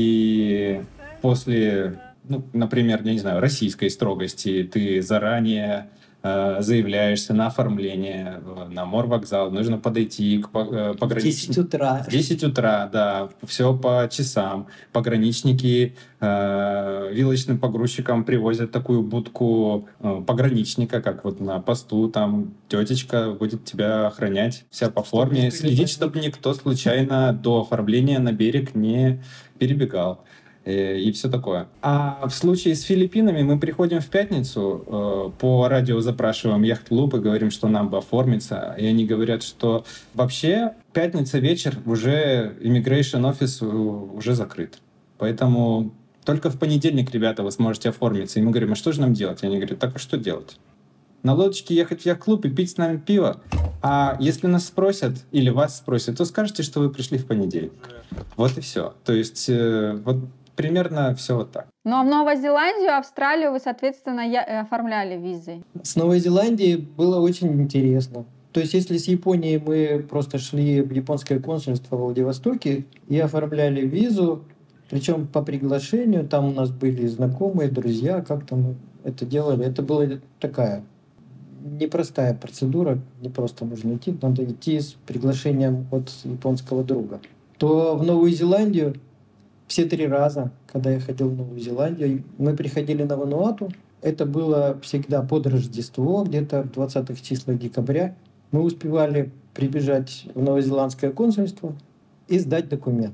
Speaker 3: и после, например, я не знаю, российской строгости ты заранее заявляешься на оформление на морвокзал, нужно подойти к пограничнику.
Speaker 2: 10 утра.
Speaker 3: В 10 утра, да, все по часам. Пограничники вилочным погрузчикам привозят такую будку пограничника, как вот на посту, там тетечка будет тебя охранять, вся по форме, следить, чтобы никто случайно до оформления на берег не перебегал. И все такое. А в случае с Филиппинами мы приходим в пятницу, по радио запрашиваем яхт-клуб и говорим, что нам бы оформиться. И они говорят, что вообще пятница вечер уже immigration office уже закрыт. Поэтому только в понедельник, ребята, вы сможете оформиться. И мы говорим, а что же нам делать? И они говорят, так а что делать? На лодочке ехать в яхт-клуб и пить с нами пиво. А если нас спросят или вас спросят, то скажете, что вы пришли в понедельник. Вот и все. То есть вот примерно все вот так.
Speaker 4: Ну а в Новую Зеландию, Австралию вы, соответственно, оформляли визы?
Speaker 2: С Новой Зеландией было очень интересно. То есть если с Японией мы просто шли в японское консульство в Владивостоке и оформляли визу, причем по приглашению, там у нас были знакомые, друзья, как-то мы это делали. Это была такая непростая процедура, не просто нужно идти, надо идти с приглашением от японского друга. То в Новую Зеландию все 3 раза, когда я ходил в Новую Зеландию, мы приходили на Вануату. Это было всегда под Рождество, где-то в 20-х числах декабря. Мы успевали прибежать в новозеландское консульство и сдать документ.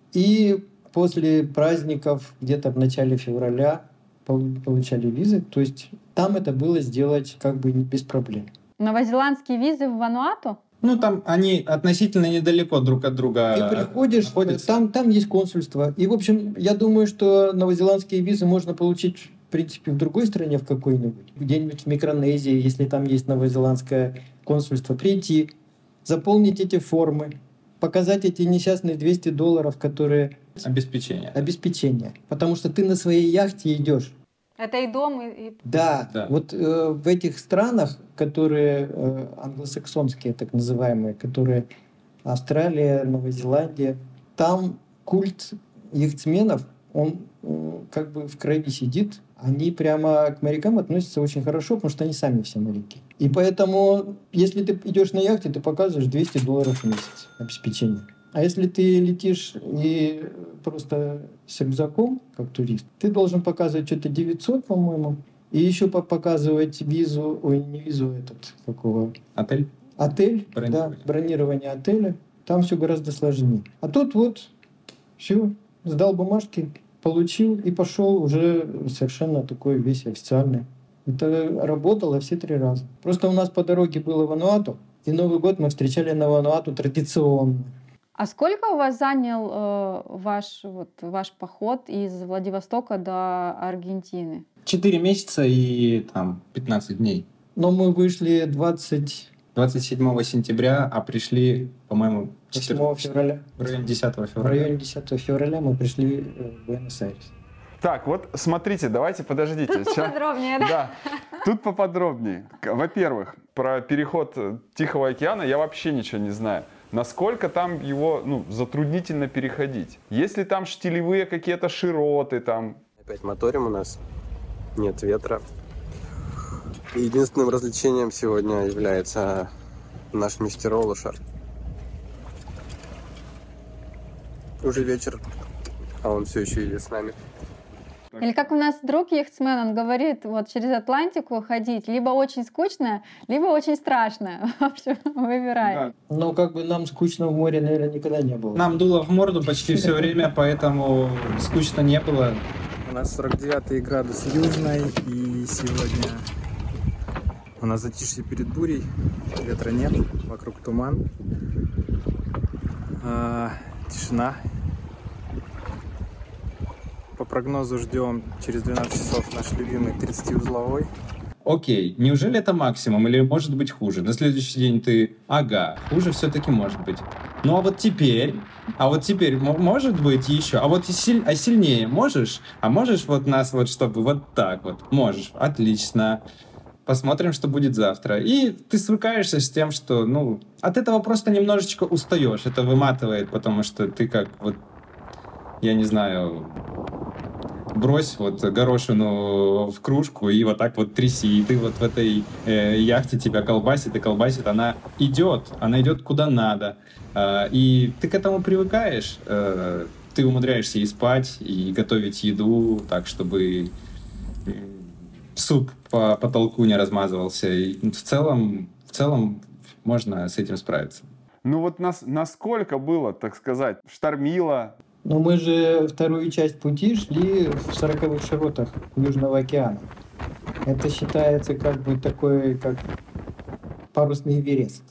Speaker 2: И после праздников, где-то в начале февраля, получали визы. То есть там это было сделать как бы без проблем.
Speaker 4: Новозеландские визы в Вануату?
Speaker 3: Ну, там они относительно недалеко друг от друга.
Speaker 2: Ты приходишь, там есть консульство. И, в общем, я думаю, что новозеландские визы можно получить, в принципе, в другой стране, в какой-нибудь. Где-нибудь в Микронезии, если там есть новозеландское консульство. Прийти, заполнить эти формы, показать эти несчастные $200, которые... Обеспечение. Потому что ты на своей яхте идешь.
Speaker 4: Это и дом, и...
Speaker 2: Да. Вот в этих странах, которые англосаксонские, так называемые, которые Австралия, Новая Зеландия, там культ яхтсменов, он как бы в крови сидит. Они прямо к морякам относятся очень хорошо, потому что они сами все моряки. И поэтому, если ты идешь на яхте, ты показываешь $200 в месяц обеспечение. А если ты летишь и просто с рюкзаком, как турист, ты должен показывать что-то 900, по-моему, и еще показывать визу, не визу, какого?
Speaker 3: Отель.
Speaker 2: Да, бронирование отеля. Там все гораздо сложнее. А тут вот все, сдал бумажки, получил и пошел уже совершенно такой весь официальный. Это работало все 3 раза. Просто у нас по дороге было Вануату, и Новый год мы встречали на Вануату традиционно.
Speaker 4: А сколько у вас занял ваш поход из Владивостока до Аргентины?
Speaker 3: 4 месяца и там 15 дней.
Speaker 2: Но мы вышли
Speaker 3: 27 сентября, а пришли, по-моему,
Speaker 2: 8 февраля.
Speaker 3: В районе 10 февраля.
Speaker 2: В районе 10 февраля мы пришли в Буэнос-Айрес.
Speaker 1: Так, вот смотрите, давайте, подождите.
Speaker 4: Тут поподробнее, да?
Speaker 1: Да, тут поподробнее. Во-первых, про переход Тихого океана я вообще ничего не знаю. Насколько там его, затруднительно переходить? Есть ли там штилевые какие-то широты там?
Speaker 14: Опять моторим у нас, нет ветра. Единственным развлечением сегодня является наш мистер Олушар. Уже вечер, а он все еще едет с нами.
Speaker 4: Или как у нас друг яхтсмен, он говорит, вот через Атлантику ходить либо очень скучно, либо очень страшно. В общем, выбирай.
Speaker 2: Но как бы нам скучно в море, наверное, никогда не было.
Speaker 3: Нам дуло в морду почти все время, поэтому скучно не было.
Speaker 5: У нас 49 градус южной, и сегодня у нас затишье перед бурей, ветра нет, вокруг туман, тишина. По прогнозу ждем через 12 часов наш любимый 30-узловой.
Speaker 3: Окей, неужели это максимум или может быть хуже? На следующий день ты, хуже все-таки может быть. Ну а вот теперь может быть еще, а вот сильнее можешь? А можешь вот нас вот чтобы вот так вот? Можешь, отлично. Посмотрим, что будет завтра. И ты свыкаешься с тем, что, от этого просто немножечко устаешь. Это выматывает, потому что ты как вот, я не знаю, брось вот горошину в кружку и вот так вот тряси. И ты вот в этой яхте тебя колбасит, она идет куда надо. И ты к этому привыкаешь. Ты умудряешься и спать, и готовить еду так, чтобы суп по потолку не размазывался. И в целом можно с этим справиться.
Speaker 1: Ну вот насколько было, так сказать, штормило?
Speaker 2: Но мы же вторую часть пути шли в 40-х широтах Южного океана. Это считается как бы такой, как парусный Эверест.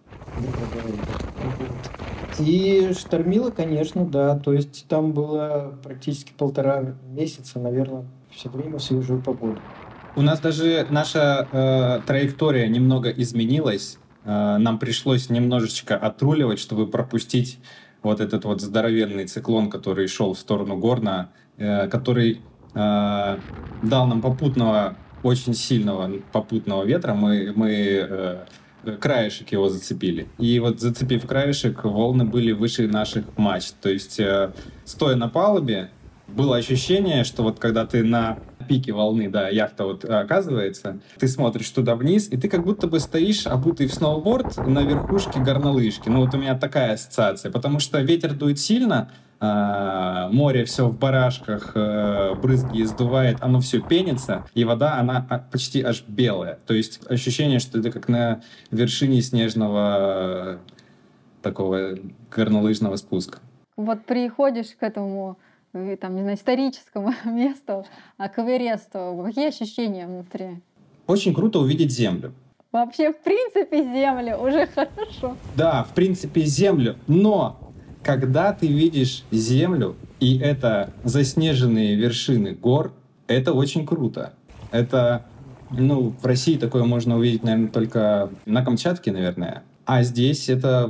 Speaker 2: И штормило, конечно, да. То есть там было практически 1,5 месяца, наверное, все время свежую погоду.
Speaker 3: У нас даже наша траектория немного изменилась. Нам пришлось немножечко отруливать, чтобы пропустить вот этот вот здоровенный циклон, который шел в сторону Горна, который дал нам очень сильного попутного ветра. Мы краешек его зацепили. И вот зацепив краешек, волны были выше наших мачт. То есть, стоя на палубе, было ощущение, что вот когда ты на пике волны, да, яхта вот оказывается, ты смотришь туда вниз, и ты как будто бы стоишь, обутый в сноуборд на верхушке горнолыжки. Ну вот у меня такая ассоциация, потому что ветер дует сильно, море все в барашках, брызги издувает, оно все пенится, и вода, она почти аж белая. То есть ощущение, что это как на вершине снежного такого горнолыжного спуска.
Speaker 4: Вот приходишь к этому, там, не знаю, историческому месту, к Эвересту, какие ощущения внутри?
Speaker 3: Очень круто увидеть землю.
Speaker 4: Вообще, в принципе, землю уже хорошо.
Speaker 3: Да, в принципе, землю, но когда ты видишь землю, и это заснеженные вершины гор, это очень круто. Это, в России такое можно увидеть, наверное, только на Камчатке, наверное. А здесь это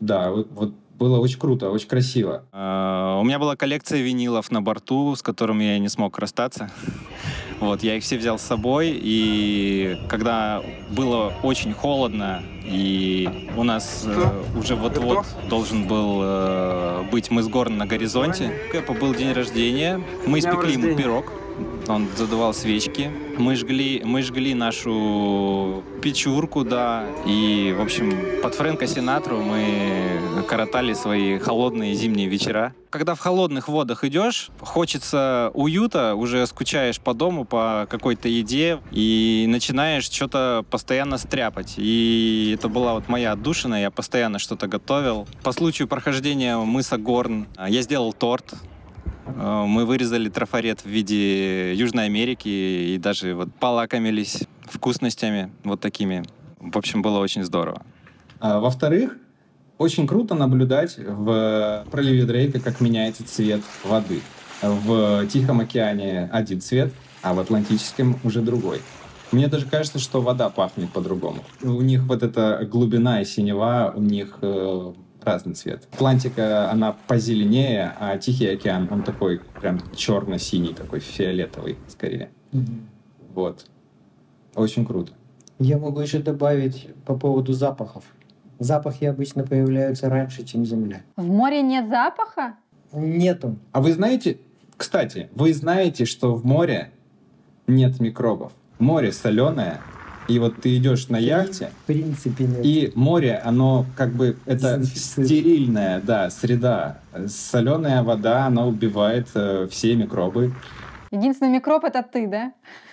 Speaker 3: было очень круто, очень красиво.
Speaker 5: У меня была коллекция винилов на борту, с которыми я не смог расстаться. Вот, я их все взял с собой, и когда было очень холодно, и у нас уже вот-вот должен был быть мыс Горн на горизонте, у Кэпа был день рождения, мы испекли ему пирог, он задувал свечки, мы жгли нашу печурку, да, и, в общем, под Фрэнка Синатру мы коротали свои холодные зимние вечера. Когда в холодных водах идешь, хочется уюта, уже скучаешь по дому, по какой-то еде, и начинаешь что-то постоянно стряпать. И это была вот моя отдушина, я постоянно что-то готовил. По случаю прохождения мыса Горн я сделал торт. Мы вырезали трафарет в виде Южной Америки и даже вот полакомились вкусностями вот такими. В общем, было очень здорово.
Speaker 3: Во-вторых, очень круто наблюдать в проливе Дрейка, как меняется цвет воды. В Тихом океане один цвет, а в Атлантическом уже другой. Мне даже кажется, что вода пахнет по-другому. У них вот эта глубина и синева, у них разный цвет. Атлантика, она позеленее, а Тихий океан, он такой прям черно-синий, такой фиолетовый скорее. Вот. Очень круто.
Speaker 2: Я могу еще добавить по поводу запахов. Запахи обычно появляются раньше, чем земля.
Speaker 4: В море нет запаха?
Speaker 2: Нету.
Speaker 3: А вы знаете, кстати, вы знаете, что в море нет микробов? Море соленое, и вот ты идешь на яхте,
Speaker 2: в принципе нет.
Speaker 3: И море, оно как бы, это стерильная, да, среда. Соленая вода, она убивает все микробы.
Speaker 4: Единственный микроб — это ты, да?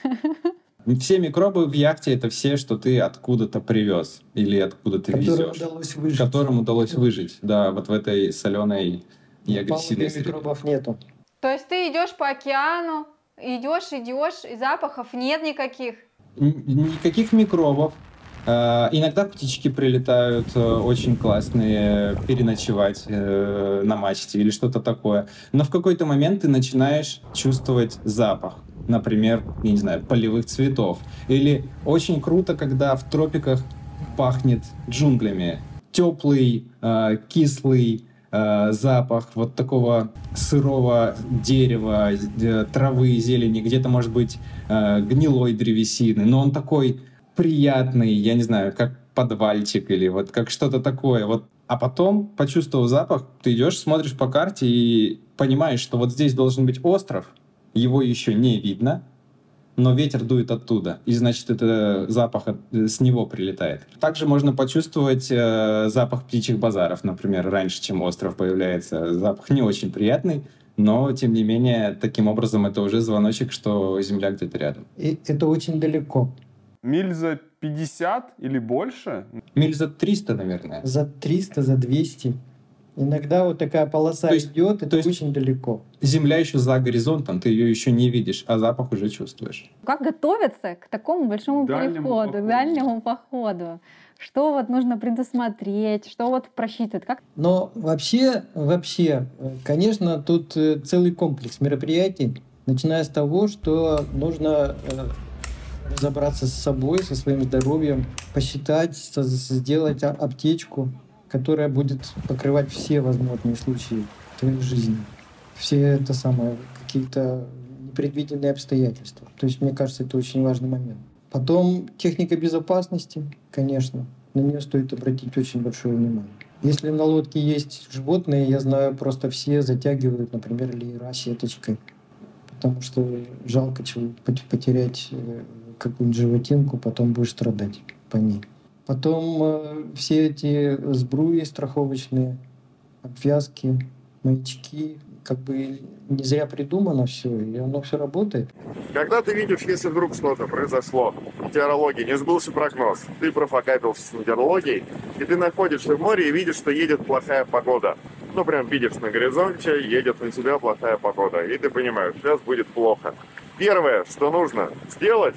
Speaker 3: Все микробы в яхте — это все, что ты откуда-то привез или откуда-то везешь. Которым удалось выжить. Да, вот в этой соленой и агрессивной среде.
Speaker 2: Микробов нету.
Speaker 4: То есть ты идешь по океану, идешь, и запахов нет никаких?
Speaker 3: Никаких микробов. Иногда птички прилетают очень классные переночевать на мачте или что-то такое. Но в какой-то момент ты начинаешь чувствовать запах. Например, я не знаю, полевых цветов. Или очень круто, когда в тропиках пахнет джунглями. Теплый, кислый запах вот такого сырого дерева, травы, зелени, где-то, может быть, гнилой древесины. Но он такой приятный, я не знаю, как подвальчик или вот как что-то такое. Вот. А потом, почувствовав запах, ты идешь, смотришь по карте и понимаешь, что вот здесь должен быть остров, его еще не видно, но ветер дует оттуда, и значит, это запах с него прилетает. Также можно почувствовать запах птичьих базаров, например, раньше, чем остров появляется. Запах не очень приятный, но, тем не менее, таким образом, это уже звоночек, что Земля где-то рядом.
Speaker 2: И это очень далеко.
Speaker 1: Миль за 50 или больше?
Speaker 3: Миль за 300, наверное.
Speaker 2: За 300, за 200. Иногда вот такая полоса идет, это очень далеко.
Speaker 3: Земля еще за горизонтом, ты ее еще не видишь, а запах уже чувствуешь.
Speaker 4: Как готовиться к такому большому переходу, к дальнему походу? Что вот нужно предусмотреть, что вот просчитывать? Как?
Speaker 2: Но вообще, конечно, тут целый комплекс мероприятий, начиная с того, что нужно разобраться с собой, со своим здоровьем, посчитать, сделать аптечку, которая будет покрывать все возможные случаи твоей жизни. Все это самое, какие-то непредвиденные обстоятельства. То есть, мне кажется, это очень важный момент. Потом техника безопасности, конечно, на нее стоит обратить очень большое внимание. Если на лодке есть животные, я знаю, просто все затягивают, например, леера сеточкой, потому что жалко потерять какую-нибудь животинку, потом будешь страдать по ней. Потом все эти сбруи страховочные, обвязки, маячки, как бы не зря придумано все, и оно все работает.
Speaker 10: Когда ты видишь, если вдруг что-то произошло, метеорология, не сбылся прогноз, ты профокапился с метеорологией, и ты находишься в море и видишь, что едет плохая погода. Ну, прям видишь на горизонте, едет на тебя плохая погода, и ты понимаешь, сейчас будет плохо. Первое, что нужно сделать,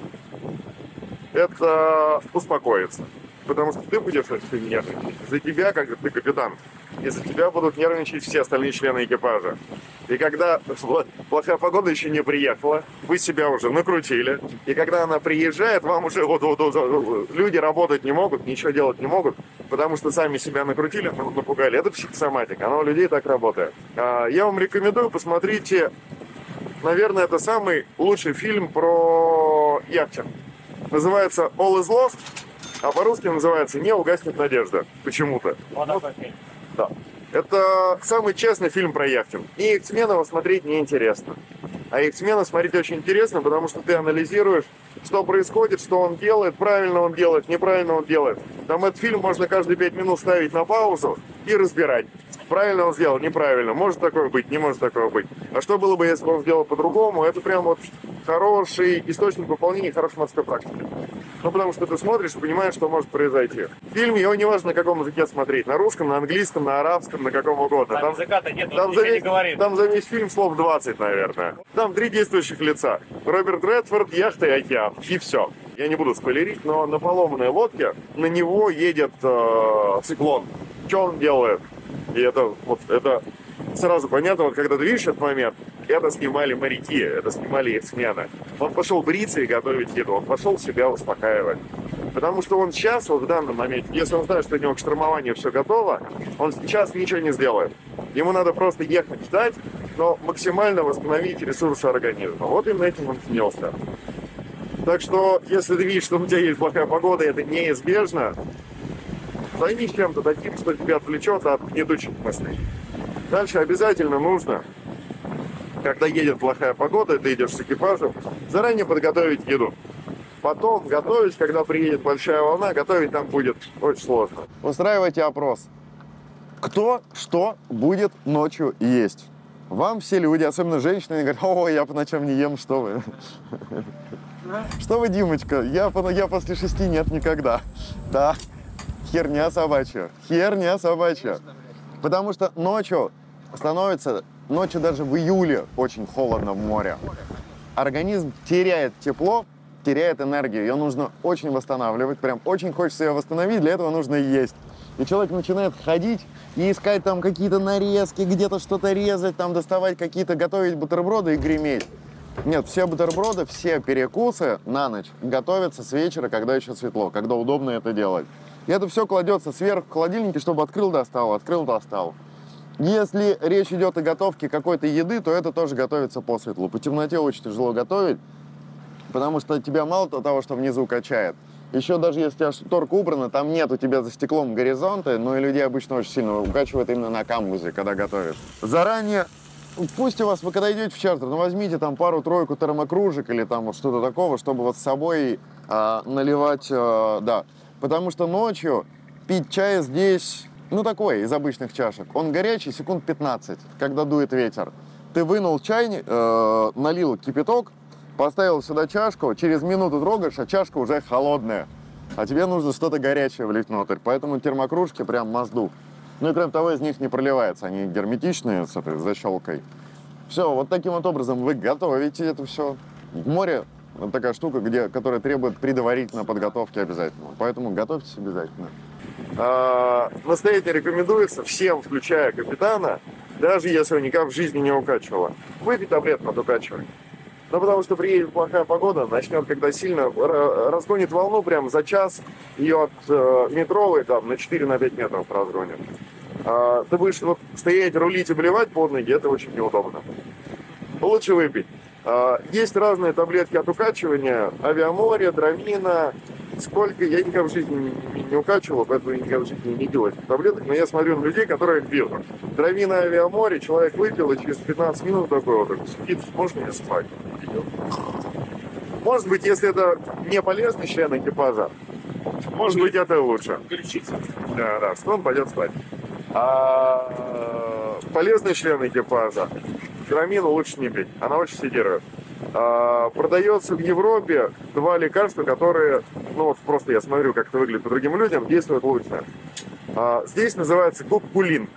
Speaker 10: это успокоиться. Потому что ты будешь очень нервничать. За тебя, как ты капитан, и за тебя будут нервничать все остальные члены экипажа. И когда плохая погода еще не приехала, вы себя уже накрутили. И когда она приезжает, вам уже люди работать не могут, ничего делать не могут, потому что сами себя накрутили, напугали. Это психосоматика, она у людей так работает. Я вам рекомендую, посмотрите, наверное, это самый лучший фильм про яхтинг. Называется «All is Lost», а по-русски называется «Не угаснет надежда». Почему-то. Да. Это самый честный фильм про яхтинг. И «Яхтсмена» смотреть неинтересно. А «Яхтсмена» смотреть очень интересно, потому что ты анализируешь, что происходит, что он делает, правильно он делает, неправильно он делает. Там этот фильм можно каждые 5 минут ставить на паузу и разбирать. Правильно он сделал, неправильно. Может такое быть, не может такое быть. А что было бы, если бы он сделал по-другому? Это прям вот хороший источник выполнения хорошей морской практики. Ну, потому что ты смотришь и понимаешь, что может произойти. Фильм, его не важно, на каком языке смотреть. На русском, на английском, на арабском, на каком угодно. Там языка-то нет, там за весь фильм слов 20, наверное. Там 3 действующих лица. Роберт Редфорд, яхта и океан. И все. Я не буду спойлерить, но на поломанной лодке на него едет циклон. Что он делает? И это сразу понятно, вот когда ты видишь этот момент, это снимали моряки, это снимали яхтсмены. Он пошел бриться и готовить еду, он пошел себя успокаивать. Потому что он сейчас, вот в данном моменте, если он знает, что у него к штурмованию все готово, он сейчас ничего не сделает. Ему надо просто ехать, ждать, но максимально восстановить ресурсы организма. Вот именно этим он занялся. Так что, если ты видишь, что у тебя есть плохая погода, и это неизбежно, займись чем-то таким, что тебя отвлечет от гнетущих мыслей. Дальше обязательно нужно, когда едет плохая погода, и ты идешь с экипажем, заранее подготовить еду. Потом готовить, когда приедет большая волна, готовить там будет очень сложно.
Speaker 6: Устраивайте опрос. Кто что будет ночью есть? Вам все люди, особенно женщины, говорят: о, я по ночам не ем, что вы? Что вы, Димочка? Я после 6 нет никогда. Да, херня собачья. Херня собачья. Потому что ночью даже в июле очень холодно в море. Организм теряет тепло, теряет энергию. Ее нужно очень восстанавливать. Прям очень хочется ее восстановить, для этого нужно есть. И человек начинает ходить и искать там какие-то нарезки, где-то что-то резать, там доставать какие-то, готовить бутерброды и греметь. Нет, все бутерброды, все перекусы на ночь готовятся с вечера, когда еще светло, когда удобно это делать. И это все кладется сверху в холодильнике, чтобы открыл, достал. Если речь идет о готовке какой-то еды, то это тоже готовится по светлу. По темноте очень тяжело готовить, потому что тебя мало того, что внизу качает. Еще даже если у тебя шторка убрана, там нет у тебя за стеклом горизонта, но и людей обычно очень сильно укачивает именно на камбузе, когда готовишь. Заранее, пусть у вас, вы когда идете в чартер, возьмите там пару-тройку термокружек или там вот что-то такого, чтобы вот с собой наливать, да. Потому что ночью пить чай здесь, такой, из обычных чашек, он горячий секунд 15, когда дует ветер. Ты вынул чайник, налил кипяток, поставил сюда чашку, через минуту трогаешь, а чашка уже холодная. А тебе нужно что-то горячее влить внутрь. Поэтому термокружки прям must-do. Ну и кроме того, из них не проливается. они герметичные с этой защелкой. Все, вот таким вот образом вы готовите это все. В море такая штука, которая требует предварительной подготовки обязательно. Поэтому готовьтесь обязательно.
Speaker 10: Настоятельно рекомендуется всем, включая капитана, даже если он никак в жизни не укачивало, выпить таблетку от укачивания. Потому что приедет плохая погода, начнет, когда сильно разгонит волну прям за час, ее от метровой там на 4-5 метров разгонит. Ты будешь стоять, рулить и блевать под ноги, это очень неудобно. Лучше выпить. Есть разные таблетки от укачивания, авиаморе, драмина. Сколько, я никогда в жизни не укачивал, поэтому я никогда в жизни не пил этих таблеток, но я смотрю на людей, которые их пьют. Драмина, авиаморе, человек выпил, и через 15 минут такой вот сидит, можно мне спать? Может быть, если это не полезный член экипажа, может быть, это лучше. Да, что он пойдет спать. А полезный член экипажа, драмину лучше не пить, она очень седирует. Продается в Европе 2 лекарства, которые, просто я смотрю, как это выглядит по другим людям, действуют лучше. Здесь называется кокулин.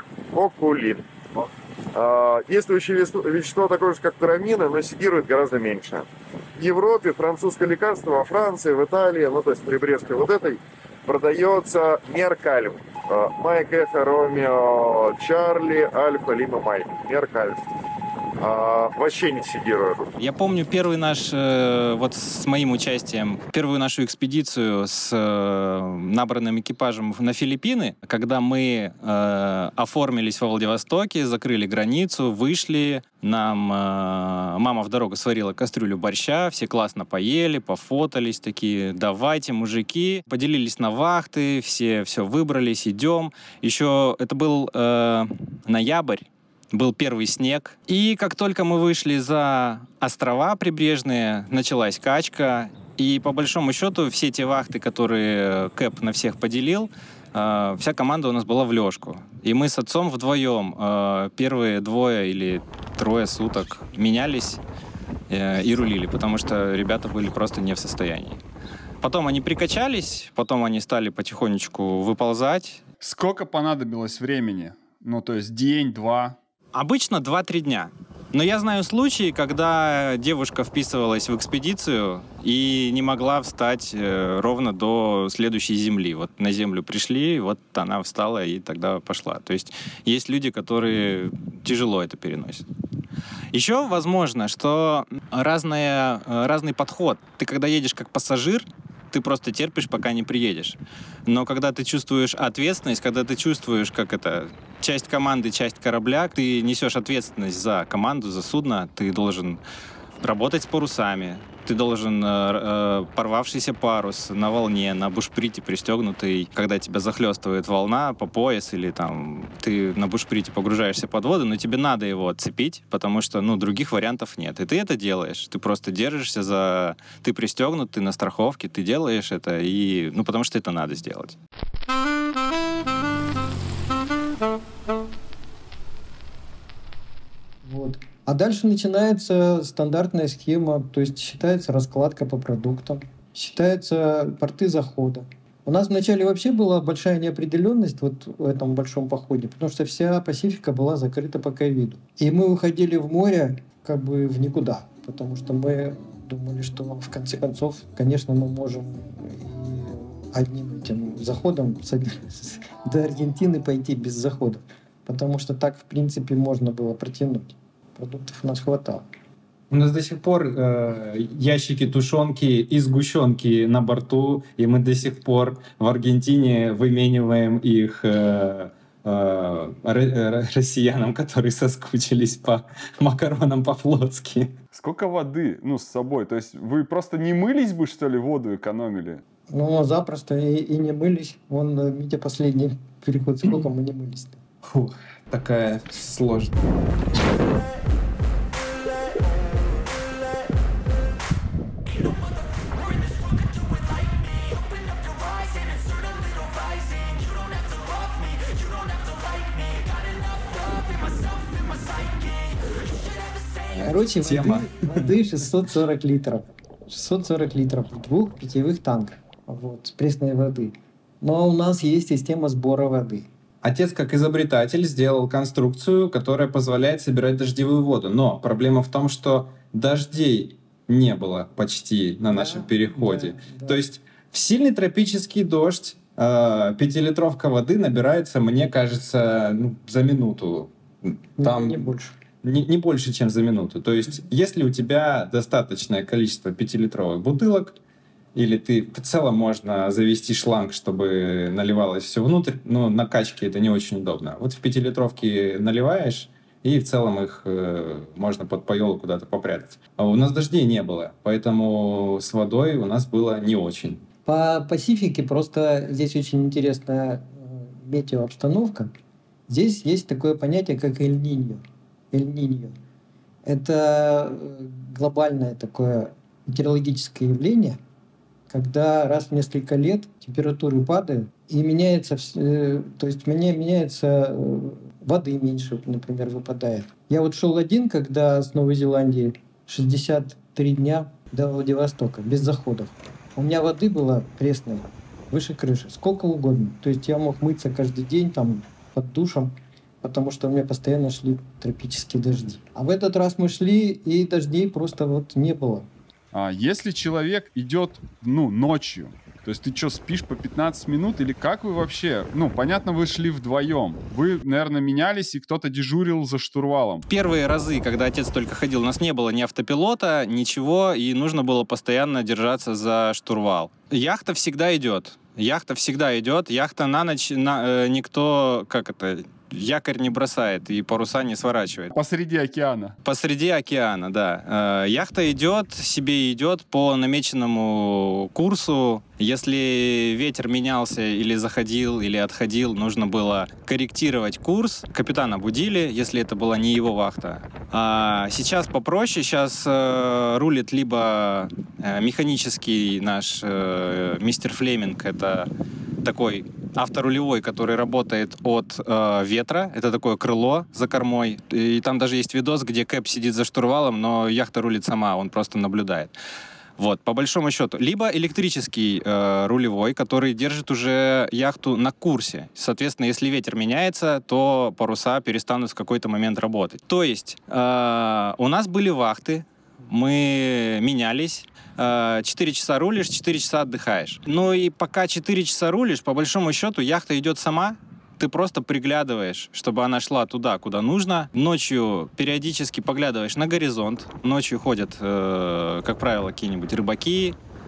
Speaker 10: Действующее вещество такое же, как драмина, но седирует гораздо меньше. В Европе французское лекарство, во Франции, в Италии, то есть прибрежкой вот этой, продается Меркальм. Майк, Эхо, Ромео, Чарли, Альфа, Лима, Майк. Меркальм. Вообще не седирует.
Speaker 5: Я помню первый наш, с моим участием, первую нашу экспедицию с набранным экипажем на Филиппины, когда мы оформились во Владивостоке, закрыли границу, вышли, нам мама в дорогу сварила кастрюлю борща, все классно поели, пофотались такие, давайте, мужики, поделились на вахты, все выбрались, идем. Еще это был ноябрь, был первый снег. И как только мы вышли за острова прибрежные, началась качка. И по большому счету все те вахты, которые Кэп на всех поделил, вся команда у нас была в лёжку. И мы с отцом вдвоем первые 2 или 3 суток менялись и рулили, потому что ребята были просто не в состоянии. Потом они прикачались, потом они стали потихонечку выползать.
Speaker 1: Сколько понадобилось времени? То есть день, 2?
Speaker 5: Обычно 2-3 дня. Но я знаю случаи, когда девушка вписывалась в экспедицию и не могла встать ровно до следующей земли. Вот на землю пришли, вот она встала и тогда пошла. То есть есть люди, которые тяжело это переносят. Еще возможно, что разный подход. Ты когда едешь как пассажир, ты просто терпишь, пока не приедешь. Но когда ты чувствуешь ответственность, когда ты чувствуешь, как это, часть команды, часть корабля, ты несешь ответственность за команду, за судно, ты должен работать с парусами, ты должен порвавшийся парус на волне, на бушприте пристегнутый, когда тебя захлестывает волна по пояс, или там ты на бушприте погружаешься под воду, но тебе надо его отцепить, потому что, других вариантов нет. И ты это делаешь. Ты просто держишься за... Ты пристегнут, ты на страховке, ты делаешь это, и... потому что это надо сделать.
Speaker 2: Вот. А дальше начинается стандартная схема, то есть считается раскладка по продуктам, считаются порты захода. У нас вначале вообще была большая неопределенность вот в этом большом походе, потому что вся Пасифика была закрыта по ковиду. И мы выходили в море как бы в никуда, потому что мы думали, что в конце концов, конечно, мы можем и одним этим заходом до Аргентины пойти без заходов, потому что так, в принципе, можно было протянуть. Продуктов у нас хватало.
Speaker 3: У нас до сих пор ящики тушенки и сгущенки на борту, и мы до сих пор в Аргентине вымениваем их россиянам, которые соскучились по макаронам по-флотски.
Speaker 1: Сколько воды, с собой? То есть вы просто не мылись бы, что ли, воду экономили?
Speaker 2: Запросто и не мылись. Вон, Митя, последний переход, сколько мы не мылись.
Speaker 3: Фух, такая сложная.
Speaker 2: Короче, воды 640 литров. 640 литров в 2 питьевых танках. Вот, с пресной воды. Но у нас есть система сбора воды.
Speaker 3: Отец, как изобретатель, сделал конструкцию, которая позволяет собирать дождевую воду. Но проблема в том, что дождей не было почти на нашем переходе. То есть в сильный тропический дождь 5-литровка воды набирается, мне кажется, за минуту. Там
Speaker 2: не больше.
Speaker 3: Не больше, чем за минуту. То есть если у тебя достаточное количество 5-литровых бутылок, или ты в целом можно завести шланг, чтобы наливалось все внутрь, но на качке это не очень удобно. Вот в 5-литровке наливаешь, и в целом их можно под поёлу куда-то попрятать. А у нас дождей не было, поэтому с водой у нас было не очень.
Speaker 2: По Пасифике просто здесь очень интересная метеообстановка. Здесь есть такое понятие, как Эль-Ниньо. Эль-Ниньо. Это глобальное такое метеорологическое явление, когда раз в несколько лет температуры падают, и меняется, то есть меняется воды меньше, например, выпадает. Я вот шел один, когда с Новой Зеландии 63 дня до Владивостока, без заходов. У меня воды было пресной, выше крыши, сколько угодно. То есть я мог мыться каждый день там под душем, потому что у меня постоянно шли тропические дожди. А в этот раз мы шли, и дождей просто вот не было.
Speaker 1: А если человек идет, ночью, то есть ты что, спишь по 15 минут или как вы вообще? Понятно, вы шли вдвоем. Вы, наверное, менялись, и кто-то дежурил за штурвалом.
Speaker 5: Первые разы, когда отец только ходил, у нас не было ни автопилота, ничего, и нужно было постоянно держаться за штурвал. Яхта всегда идет. Яхта на ночь, никто, якорь не бросает и паруса не сворачивает.
Speaker 1: Посреди океана.
Speaker 5: Посреди океана, да. Яхта идет по намеченному курсу. Если ветер менялся или заходил, или отходил, нужно было корректировать курс. Капитана будили, если это была не его вахта. А сейчас попроще. Сейчас рулит либо механический наш мистер Флеминг, это такой авторулевой, который работает от ветра. Это такое крыло за кормой. И там даже есть видос, где Кэп сидит за штурвалом, но яхта рулит сама, он просто наблюдает. Вот, по большому счету. Либо электрический рулевой, который держит уже яхту на курсе. Соответственно, если ветер меняется, то паруса перестанут в какой-то момент работать. То есть у нас были вахты, мы менялись. 4 часа рулишь, 4 часа отдыхаешь. И пока 4 часа рулишь, по большому счету, яхта идет сама. Ты просто приглядываешь, чтобы она шла туда, куда нужно. Ночью периодически поглядываешь на горизонт. Ночью ходят, как правило, какие-нибудь рыбаки,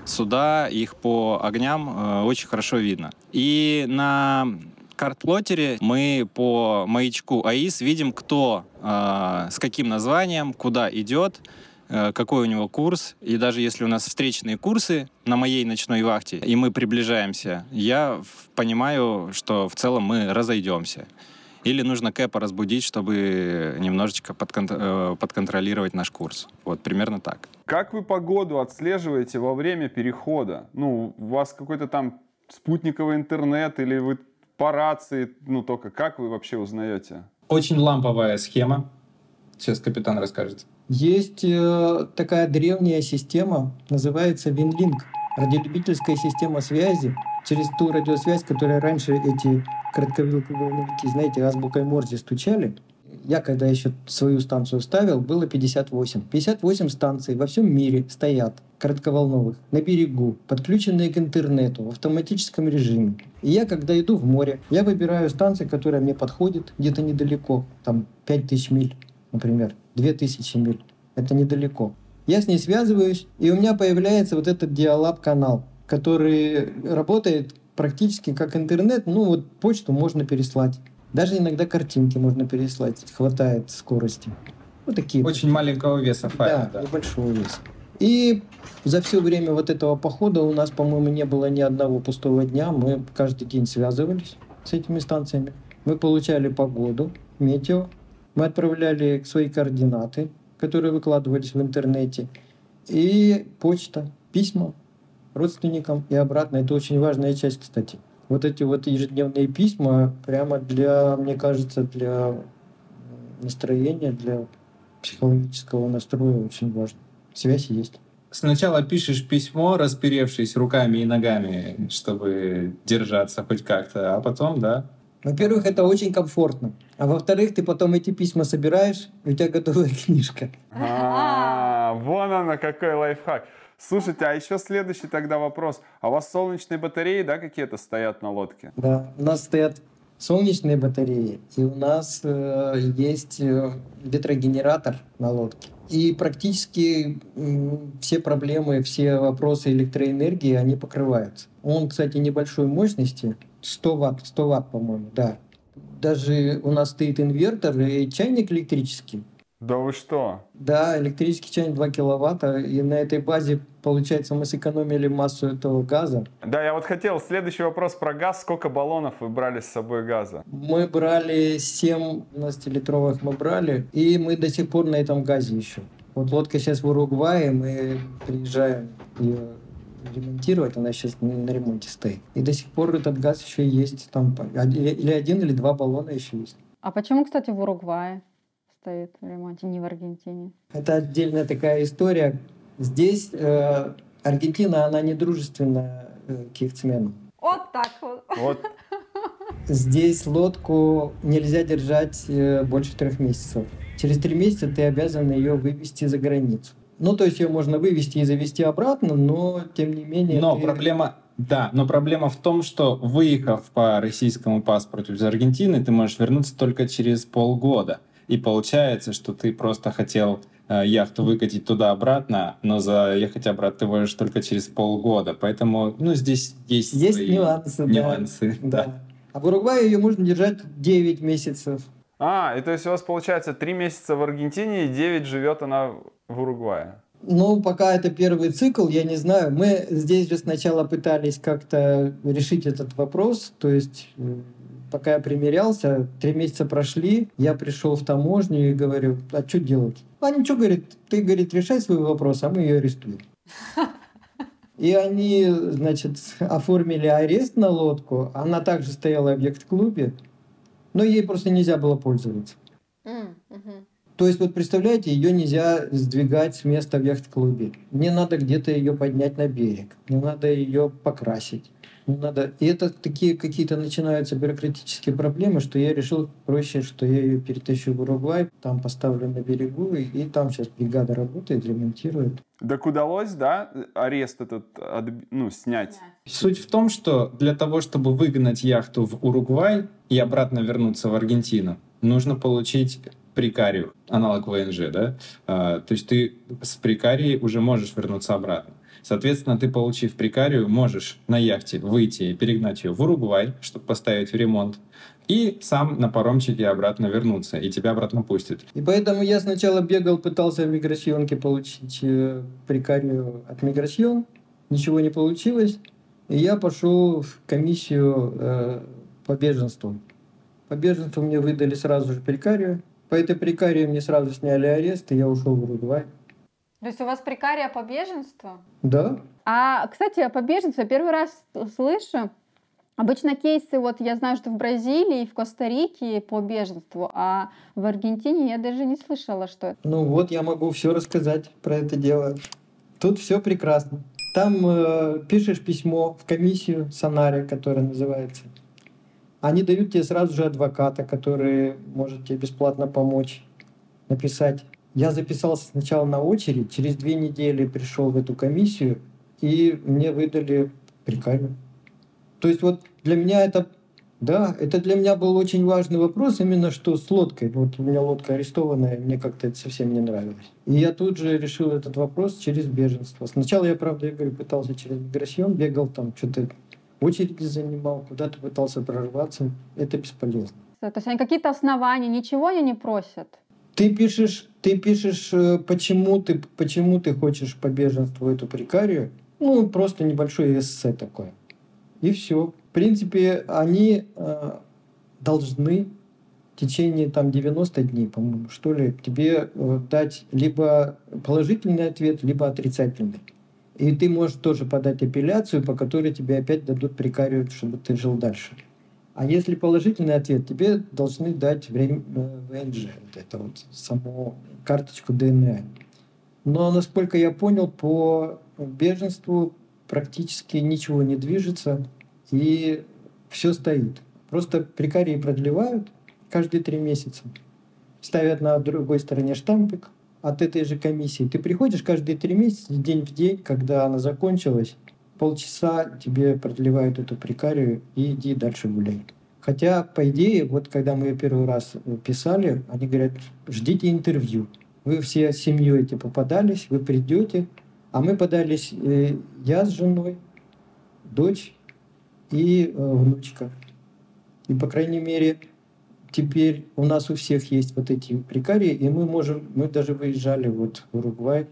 Speaker 5: суда, их по огням очень хорошо видно. И на карт-плоттере мы по маячку АИС видим, кто с каким названием, куда идет, какой у него курс. И даже если у нас встречные курсы на моей ночной вахте, и мы приближаемся, я понимаю, что в целом мы разойдемся. Или нужно Кэпа разбудить, чтобы немножечко подконтролировать наш курс. Вот примерно так.
Speaker 1: Как вы погоду отслеживаете во время перехода? Ну, у вас какой-то там спутниковый интернет или вы по рации? Ну, только как вы вообще узнаете?
Speaker 3: Очень ламповая схема. Сейчас капитан расскажет.
Speaker 2: Есть такая древняя система, называется WinLink. Радиолюбительская система связи через ту радиосвязь, которая раньше эти коротковолновики, знаете, азбукой Морзе стучали. Я, когда еще свою станцию ставил, было 58. 58 станций во всем мире стоят, коротковолновых, на берегу, подключенные к интернету, в автоматическом режиме. И я, когда иду в море, я выбираю станцию, которая мне подходит, где-то недалеко, там 5000 миль, например, 2000 миль. Это недалеко. Я с ней связываюсь, и у меня появляется вот этот диалаб-канал, который работает практически как интернет. Ну вот почту можно переслать. Даже иногда картинки можно переслать. Хватает скорости. Вот такие.
Speaker 3: Очень маленького веса файла.
Speaker 2: Да, небольшого веса. И за все время вот этого похода у нас, по-моему, не было ни одного пустого дня. Мы каждый день связывались с этими станциями. Мы получали погоду, метео. Мы отправляли свои координаты, которые выкладывались в интернете. И почта, письма родственникам и обратно. Это очень важная часть, кстати. Вот эти вот ежедневные письма прямо для, мне кажется, для настроения, для психологического настроя очень важно. Связь есть.
Speaker 3: Сначала пишешь письмо, расперевшись руками и ногами, чтобы держаться хоть как-то, а потом, да.
Speaker 2: Во-первых, это очень комфортно. А во-вторых, ты потом эти письма собираешь, и у тебя готовая книжка.
Speaker 1: Вон она, какой лайфхак. Слушайте, а еще следующий тогда вопрос. А у вас солнечные батареи, да, какие-то стоят на лодке?
Speaker 2: Да, у нас стоят солнечные батареи, и у нас есть ветрогенератор на лодке. И практически все проблемы, все вопросы электроэнергии, они покрываются. Он, кстати, небольшой мощности, 100 ватт, по-моему, да. Даже у нас стоит инвертор и чайник электрический.
Speaker 1: Да вы что?
Speaker 2: Да, электрический чайник 2 киловатта, и на этой базе, получается, мы сэкономили массу этого газа.
Speaker 1: Да, я вот хотел, следующий вопрос про газ. Сколько баллонов вы брали с собой газа?
Speaker 2: Мы брали 7 12-литровых мы брали, и мы до сих пор на этом газе еще. Вот лодка сейчас в Уругвае, мы приезжаем ее ремонтировать, она сейчас на ремонте стоит. И до сих пор этот газ еще есть, там или 1, или 2 баллона еще есть.
Speaker 4: А почему, кстати, в Уругвае стоит в ремонте, не в Аргентине?
Speaker 2: Это отдельная такая история. Здесь Аргентина, она не дружественна к яхтсменам.
Speaker 4: Вот так вот.
Speaker 2: Здесь лодку нельзя держать больше 3 месяцев. Через 3 месяца ты обязан ее вывести за границу. Ну, то есть ее можно вывести и завести обратно, но тем не менее...
Speaker 3: Но проблема в том, что выехав по российскому паспорту из Аргентины, ты можешь вернуться только через полгода. И получается, что ты просто хотел яхту выкатить туда-обратно, но заехать обратно ты можешь только через полгода. Поэтому, здесь есть свои
Speaker 2: нюансы. Да. А в Уругвае ее можно держать 9 месяцев.
Speaker 1: И то есть у вас получается 3 месяца в Аргентине и 9 живет она в Уругвае?
Speaker 2: Ну, пока это первый цикл, я не знаю. Мы здесь же сначала пытались как-то решить этот вопрос, то есть... Пока я примерялся, 3 месяца прошли, я пришел в таможню и говорю, а что делать? А ничего, говорит, ты, говорит, решай свой вопрос, а мы ее арестуем. И они, значит, оформили арест на лодку, она также стояла в яхт-клубе, но ей просто нельзя было пользоваться. То есть, вот представляете, ее нельзя сдвигать с места в яхт-клубе. Мне надо где-то ее поднять на берег, мне надо ее покрасить. И это такие какие-то начинаются бюрократические проблемы, что я решил проще, что я ее перетащу в Уругвай, там поставлю на берегу, и там сейчас бригада работает, ремонтирует.
Speaker 1: Так удалось, да, арест этот снять?
Speaker 3: Суть в том, что для того, чтобы выгнать яхту в Уругвай и обратно вернуться в Аргентину, нужно получить прикарию, аналог ВНЖ, да? То есть ты с прикарией уже можешь вернуться обратно. Соответственно, ты, получив прикарию, можешь на яхте выйти и перегнать ее в Уругвай, чтобы поставить в ремонт, и сам на паромчике обратно вернуться, и тебя обратно пустят.
Speaker 2: И поэтому я сначала бегал, пытался в миграционке получить прикарию от миграцион, ничего не получилось, и я пошел в комиссию по беженству. По беженству мне выдали сразу же прикарию, по этой прикарии мне сразу сняли арест, и я ушел в Уругвай.
Speaker 4: То есть у вас прикария по беженству?
Speaker 2: Да.
Speaker 4: А, кстати, по беженству я первый раз слышу. Обычно кейсы, вот я знаю, что в Бразилии, в Коста-Рике по беженству, а в Аргентине я даже не слышала, что это.
Speaker 2: Ну вот, я могу все рассказать про это дело. Тут все прекрасно. Там пишешь письмо в комиссию Санаре, которая называется. Они дают тебе сразу же адвоката, который может тебе бесплатно помочь написать. Я записался сначала на очередь, через 2 недели пришел в эту комиссию, и мне выдали прикарию. То есть вот для меня это для меня был очень важный вопрос, именно что с лодкой. Вот у меня лодка арестованная, мне как-то это совсем не нравилось. И я тут же решил этот вопрос через беженство. Сначала я, правда, пытался через миграцион, бегал там, что-то очереди занимал, куда-то пытался прорваться. Это бесполезно.
Speaker 4: То есть они какие-то основания, ничего они не просят?
Speaker 2: Ты пишешь, почему ты хочешь по беженству эту прикарию. Ну, просто небольшое эссе такое. И все. В принципе, они должны в течение 90 дней, по-моему, что ли, тебе дать либо положительный ответ, либо отрицательный. И ты можешь тоже подать апелляцию, по которой тебе опять дадут прикарию, чтобы ты жил дальше. А если положительный ответ, тебе должны дать ВНЖ, вот это вот саму карточку ДНР. Но, насколько я понял, по беженству практически ничего не движется, и все стоит. Просто прикарии продлевают каждые 3 месяца, ставят на другой стороне штампик от этой же комиссии. Ты приходишь каждые 3 месяца, день в день, когда она закончилась, полчаса тебе продлевают эту прикарию и иди дальше гуляй. Хотя, по идее, вот когда мы ее первый раз писали, они говорят, ждите интервью. Вы все с семьей попадались, вы придете. А мы подались я с женой, дочь и внучка. И, по крайней мере, теперь у нас у всех есть вот эти прикарии, и мы даже выезжали вот в Уругвай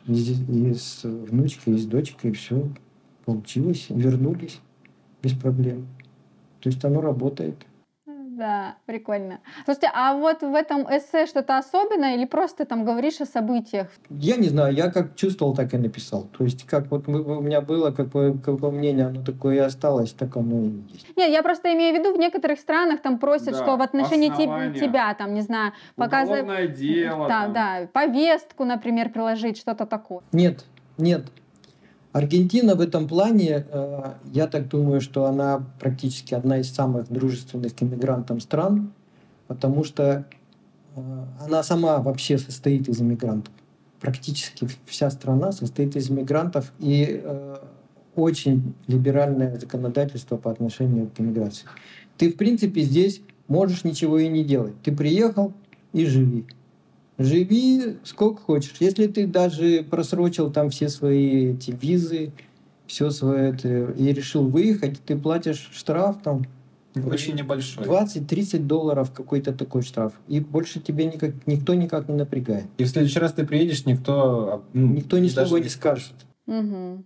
Speaker 2: и с внучкой, и с дочкой, и все получилось, вернулись без проблем. То есть оно работает.
Speaker 4: Да, прикольно. Слушайте, а вот в этом эссе что-то особенное или просто там говоришь о событиях?
Speaker 2: Я не знаю, я как чувствовал, так и написал. То есть как вот у меня было, какое мнение, оно такое и осталось, так оно и есть.
Speaker 4: Нет, я просто имею в виду, в некоторых странах там просят, что в отношении тебя, там, не знаю, показывать...
Speaker 1: Уголовное дело.
Speaker 4: Да, повестку, например, приложить, что-то такое.
Speaker 2: Нет. Аргентина в этом плане, я так думаю, что она практически одна из самых дружественных к иммигрантам стран, потому что она сама вообще состоит из иммигрантов. Практически вся страна состоит из иммигрантов, и очень либеральное законодательство по отношению к иммиграции. Ты, в принципе, здесь можешь ничего и не делать. Ты приехал и живи. Живи сколько хочешь. Если ты даже просрочил там все свои эти визы, все свое это, и решил выехать, ты платишь штраф там
Speaker 3: очень небольшой.
Speaker 2: $20-30 какой-то такой штраф. И больше тебе никто никак не напрягает.
Speaker 3: И в следующий раз ты приедешь, никто
Speaker 2: ни слова не скажет.
Speaker 4: Угу.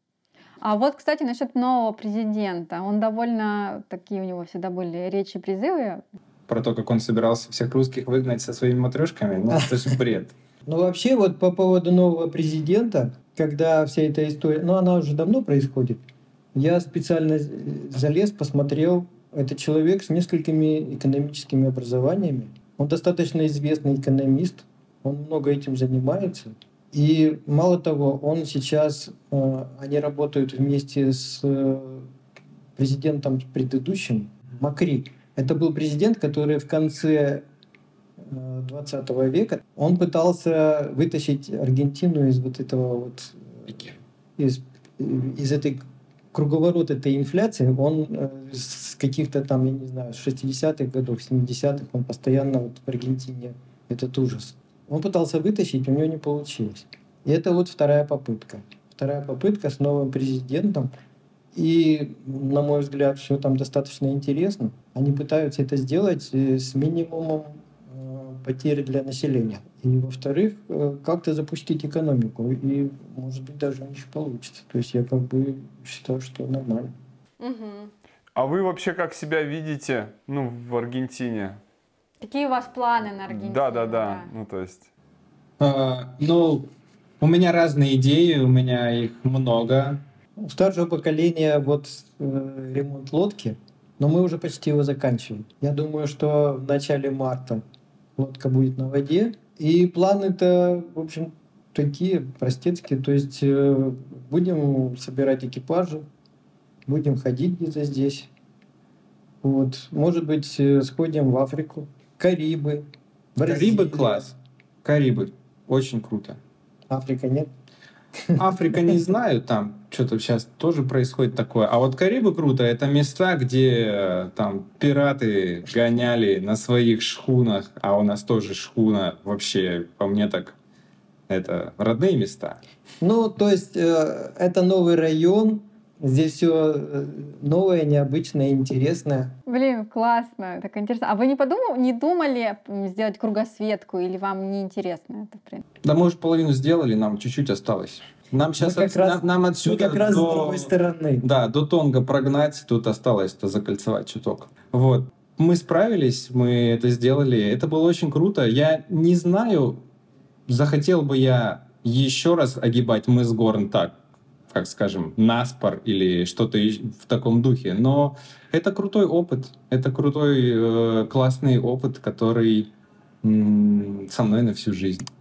Speaker 4: А вот, кстати, насчет нового президента. Он довольно такие у него всегда были речи, призывы.
Speaker 3: Про то, как он собирался всех русских выгнать со своими матрешками, ну это же бред.
Speaker 2: Ну вообще вот по поводу нового президента, когда вся эта история, она уже давно происходит, я специально залез, посмотрел, это человек с несколькими экономическими образованиями, он достаточно известный экономист, он много этим занимается, и мало того, он сейчас, они работают вместе с президентом предыдущим, Макри. Это был президент, который в конце 20 века, он пытался вытащить Аргентину из вот этого вот, из этой круговорота этой инфляции. Он с каких-то там, я не знаю, с 60-х годов, 70-х, он постоянно вот в Аргентине, этот ужас. Он пытался вытащить, у него не получилось. И это вот вторая попытка. вторая попытка с новым президентом. И, на мой взгляд, все там достаточно интересно. Они пытаются это сделать с минимумом потерь для населения. И, во-вторых, как-то запустить экономику. И, может быть, даже у них получится. То есть я как бы считаю, что нормально.
Speaker 1: А вы вообще как себя видите, ну, в Аргентине?
Speaker 4: Какие у вас планы на Аргентину?
Speaker 1: Да. Ну, то есть...
Speaker 3: Ну, у меня разные идеи, у меня их много.
Speaker 2: У старшего поколения вот ремонт лодки, но мы уже почти его заканчиваем. Я думаю, что в начале марта лодка будет на воде. И планы-то, в общем, такие простецкие. То есть будем собирать экипажи, будем ходить где-то здесь. Вот. Может быть, сходим в Африку, Карибы, Бразилия.
Speaker 3: Карибы класс. Карибы. Очень круто.
Speaker 2: Африка нет?
Speaker 3: Африка не знаю, там что-то сейчас тоже происходит такое. А вот Карибы круто. Это места, где там пираты гоняли на своих шхунах, а у нас тоже шхуна. Вообще, по мне так, это родные места.
Speaker 2: Ну, то есть это новый район. Здесь все новое, необычное, интересное.
Speaker 4: Блин, классно, так интересно. А вы не думали сделать кругосветку или вам не интересно это, в принципе?
Speaker 3: Да мы уже половину сделали, нам чуть-чуть осталось. Нам сейчас нам отсюда
Speaker 2: как раз с другой стороны.
Speaker 3: Да, до Тонга прогнать, тут осталось-то закольцевать чуток. Вот. Мы справились, мы это сделали. Это было очень круто. Я не знаю, захотел бы я еще раз огибать мыс Горн так, как скажем, наспор или что-то в таком духе. Но это крутой опыт. Это крутой, классный опыт, который со мной на всю жизнь.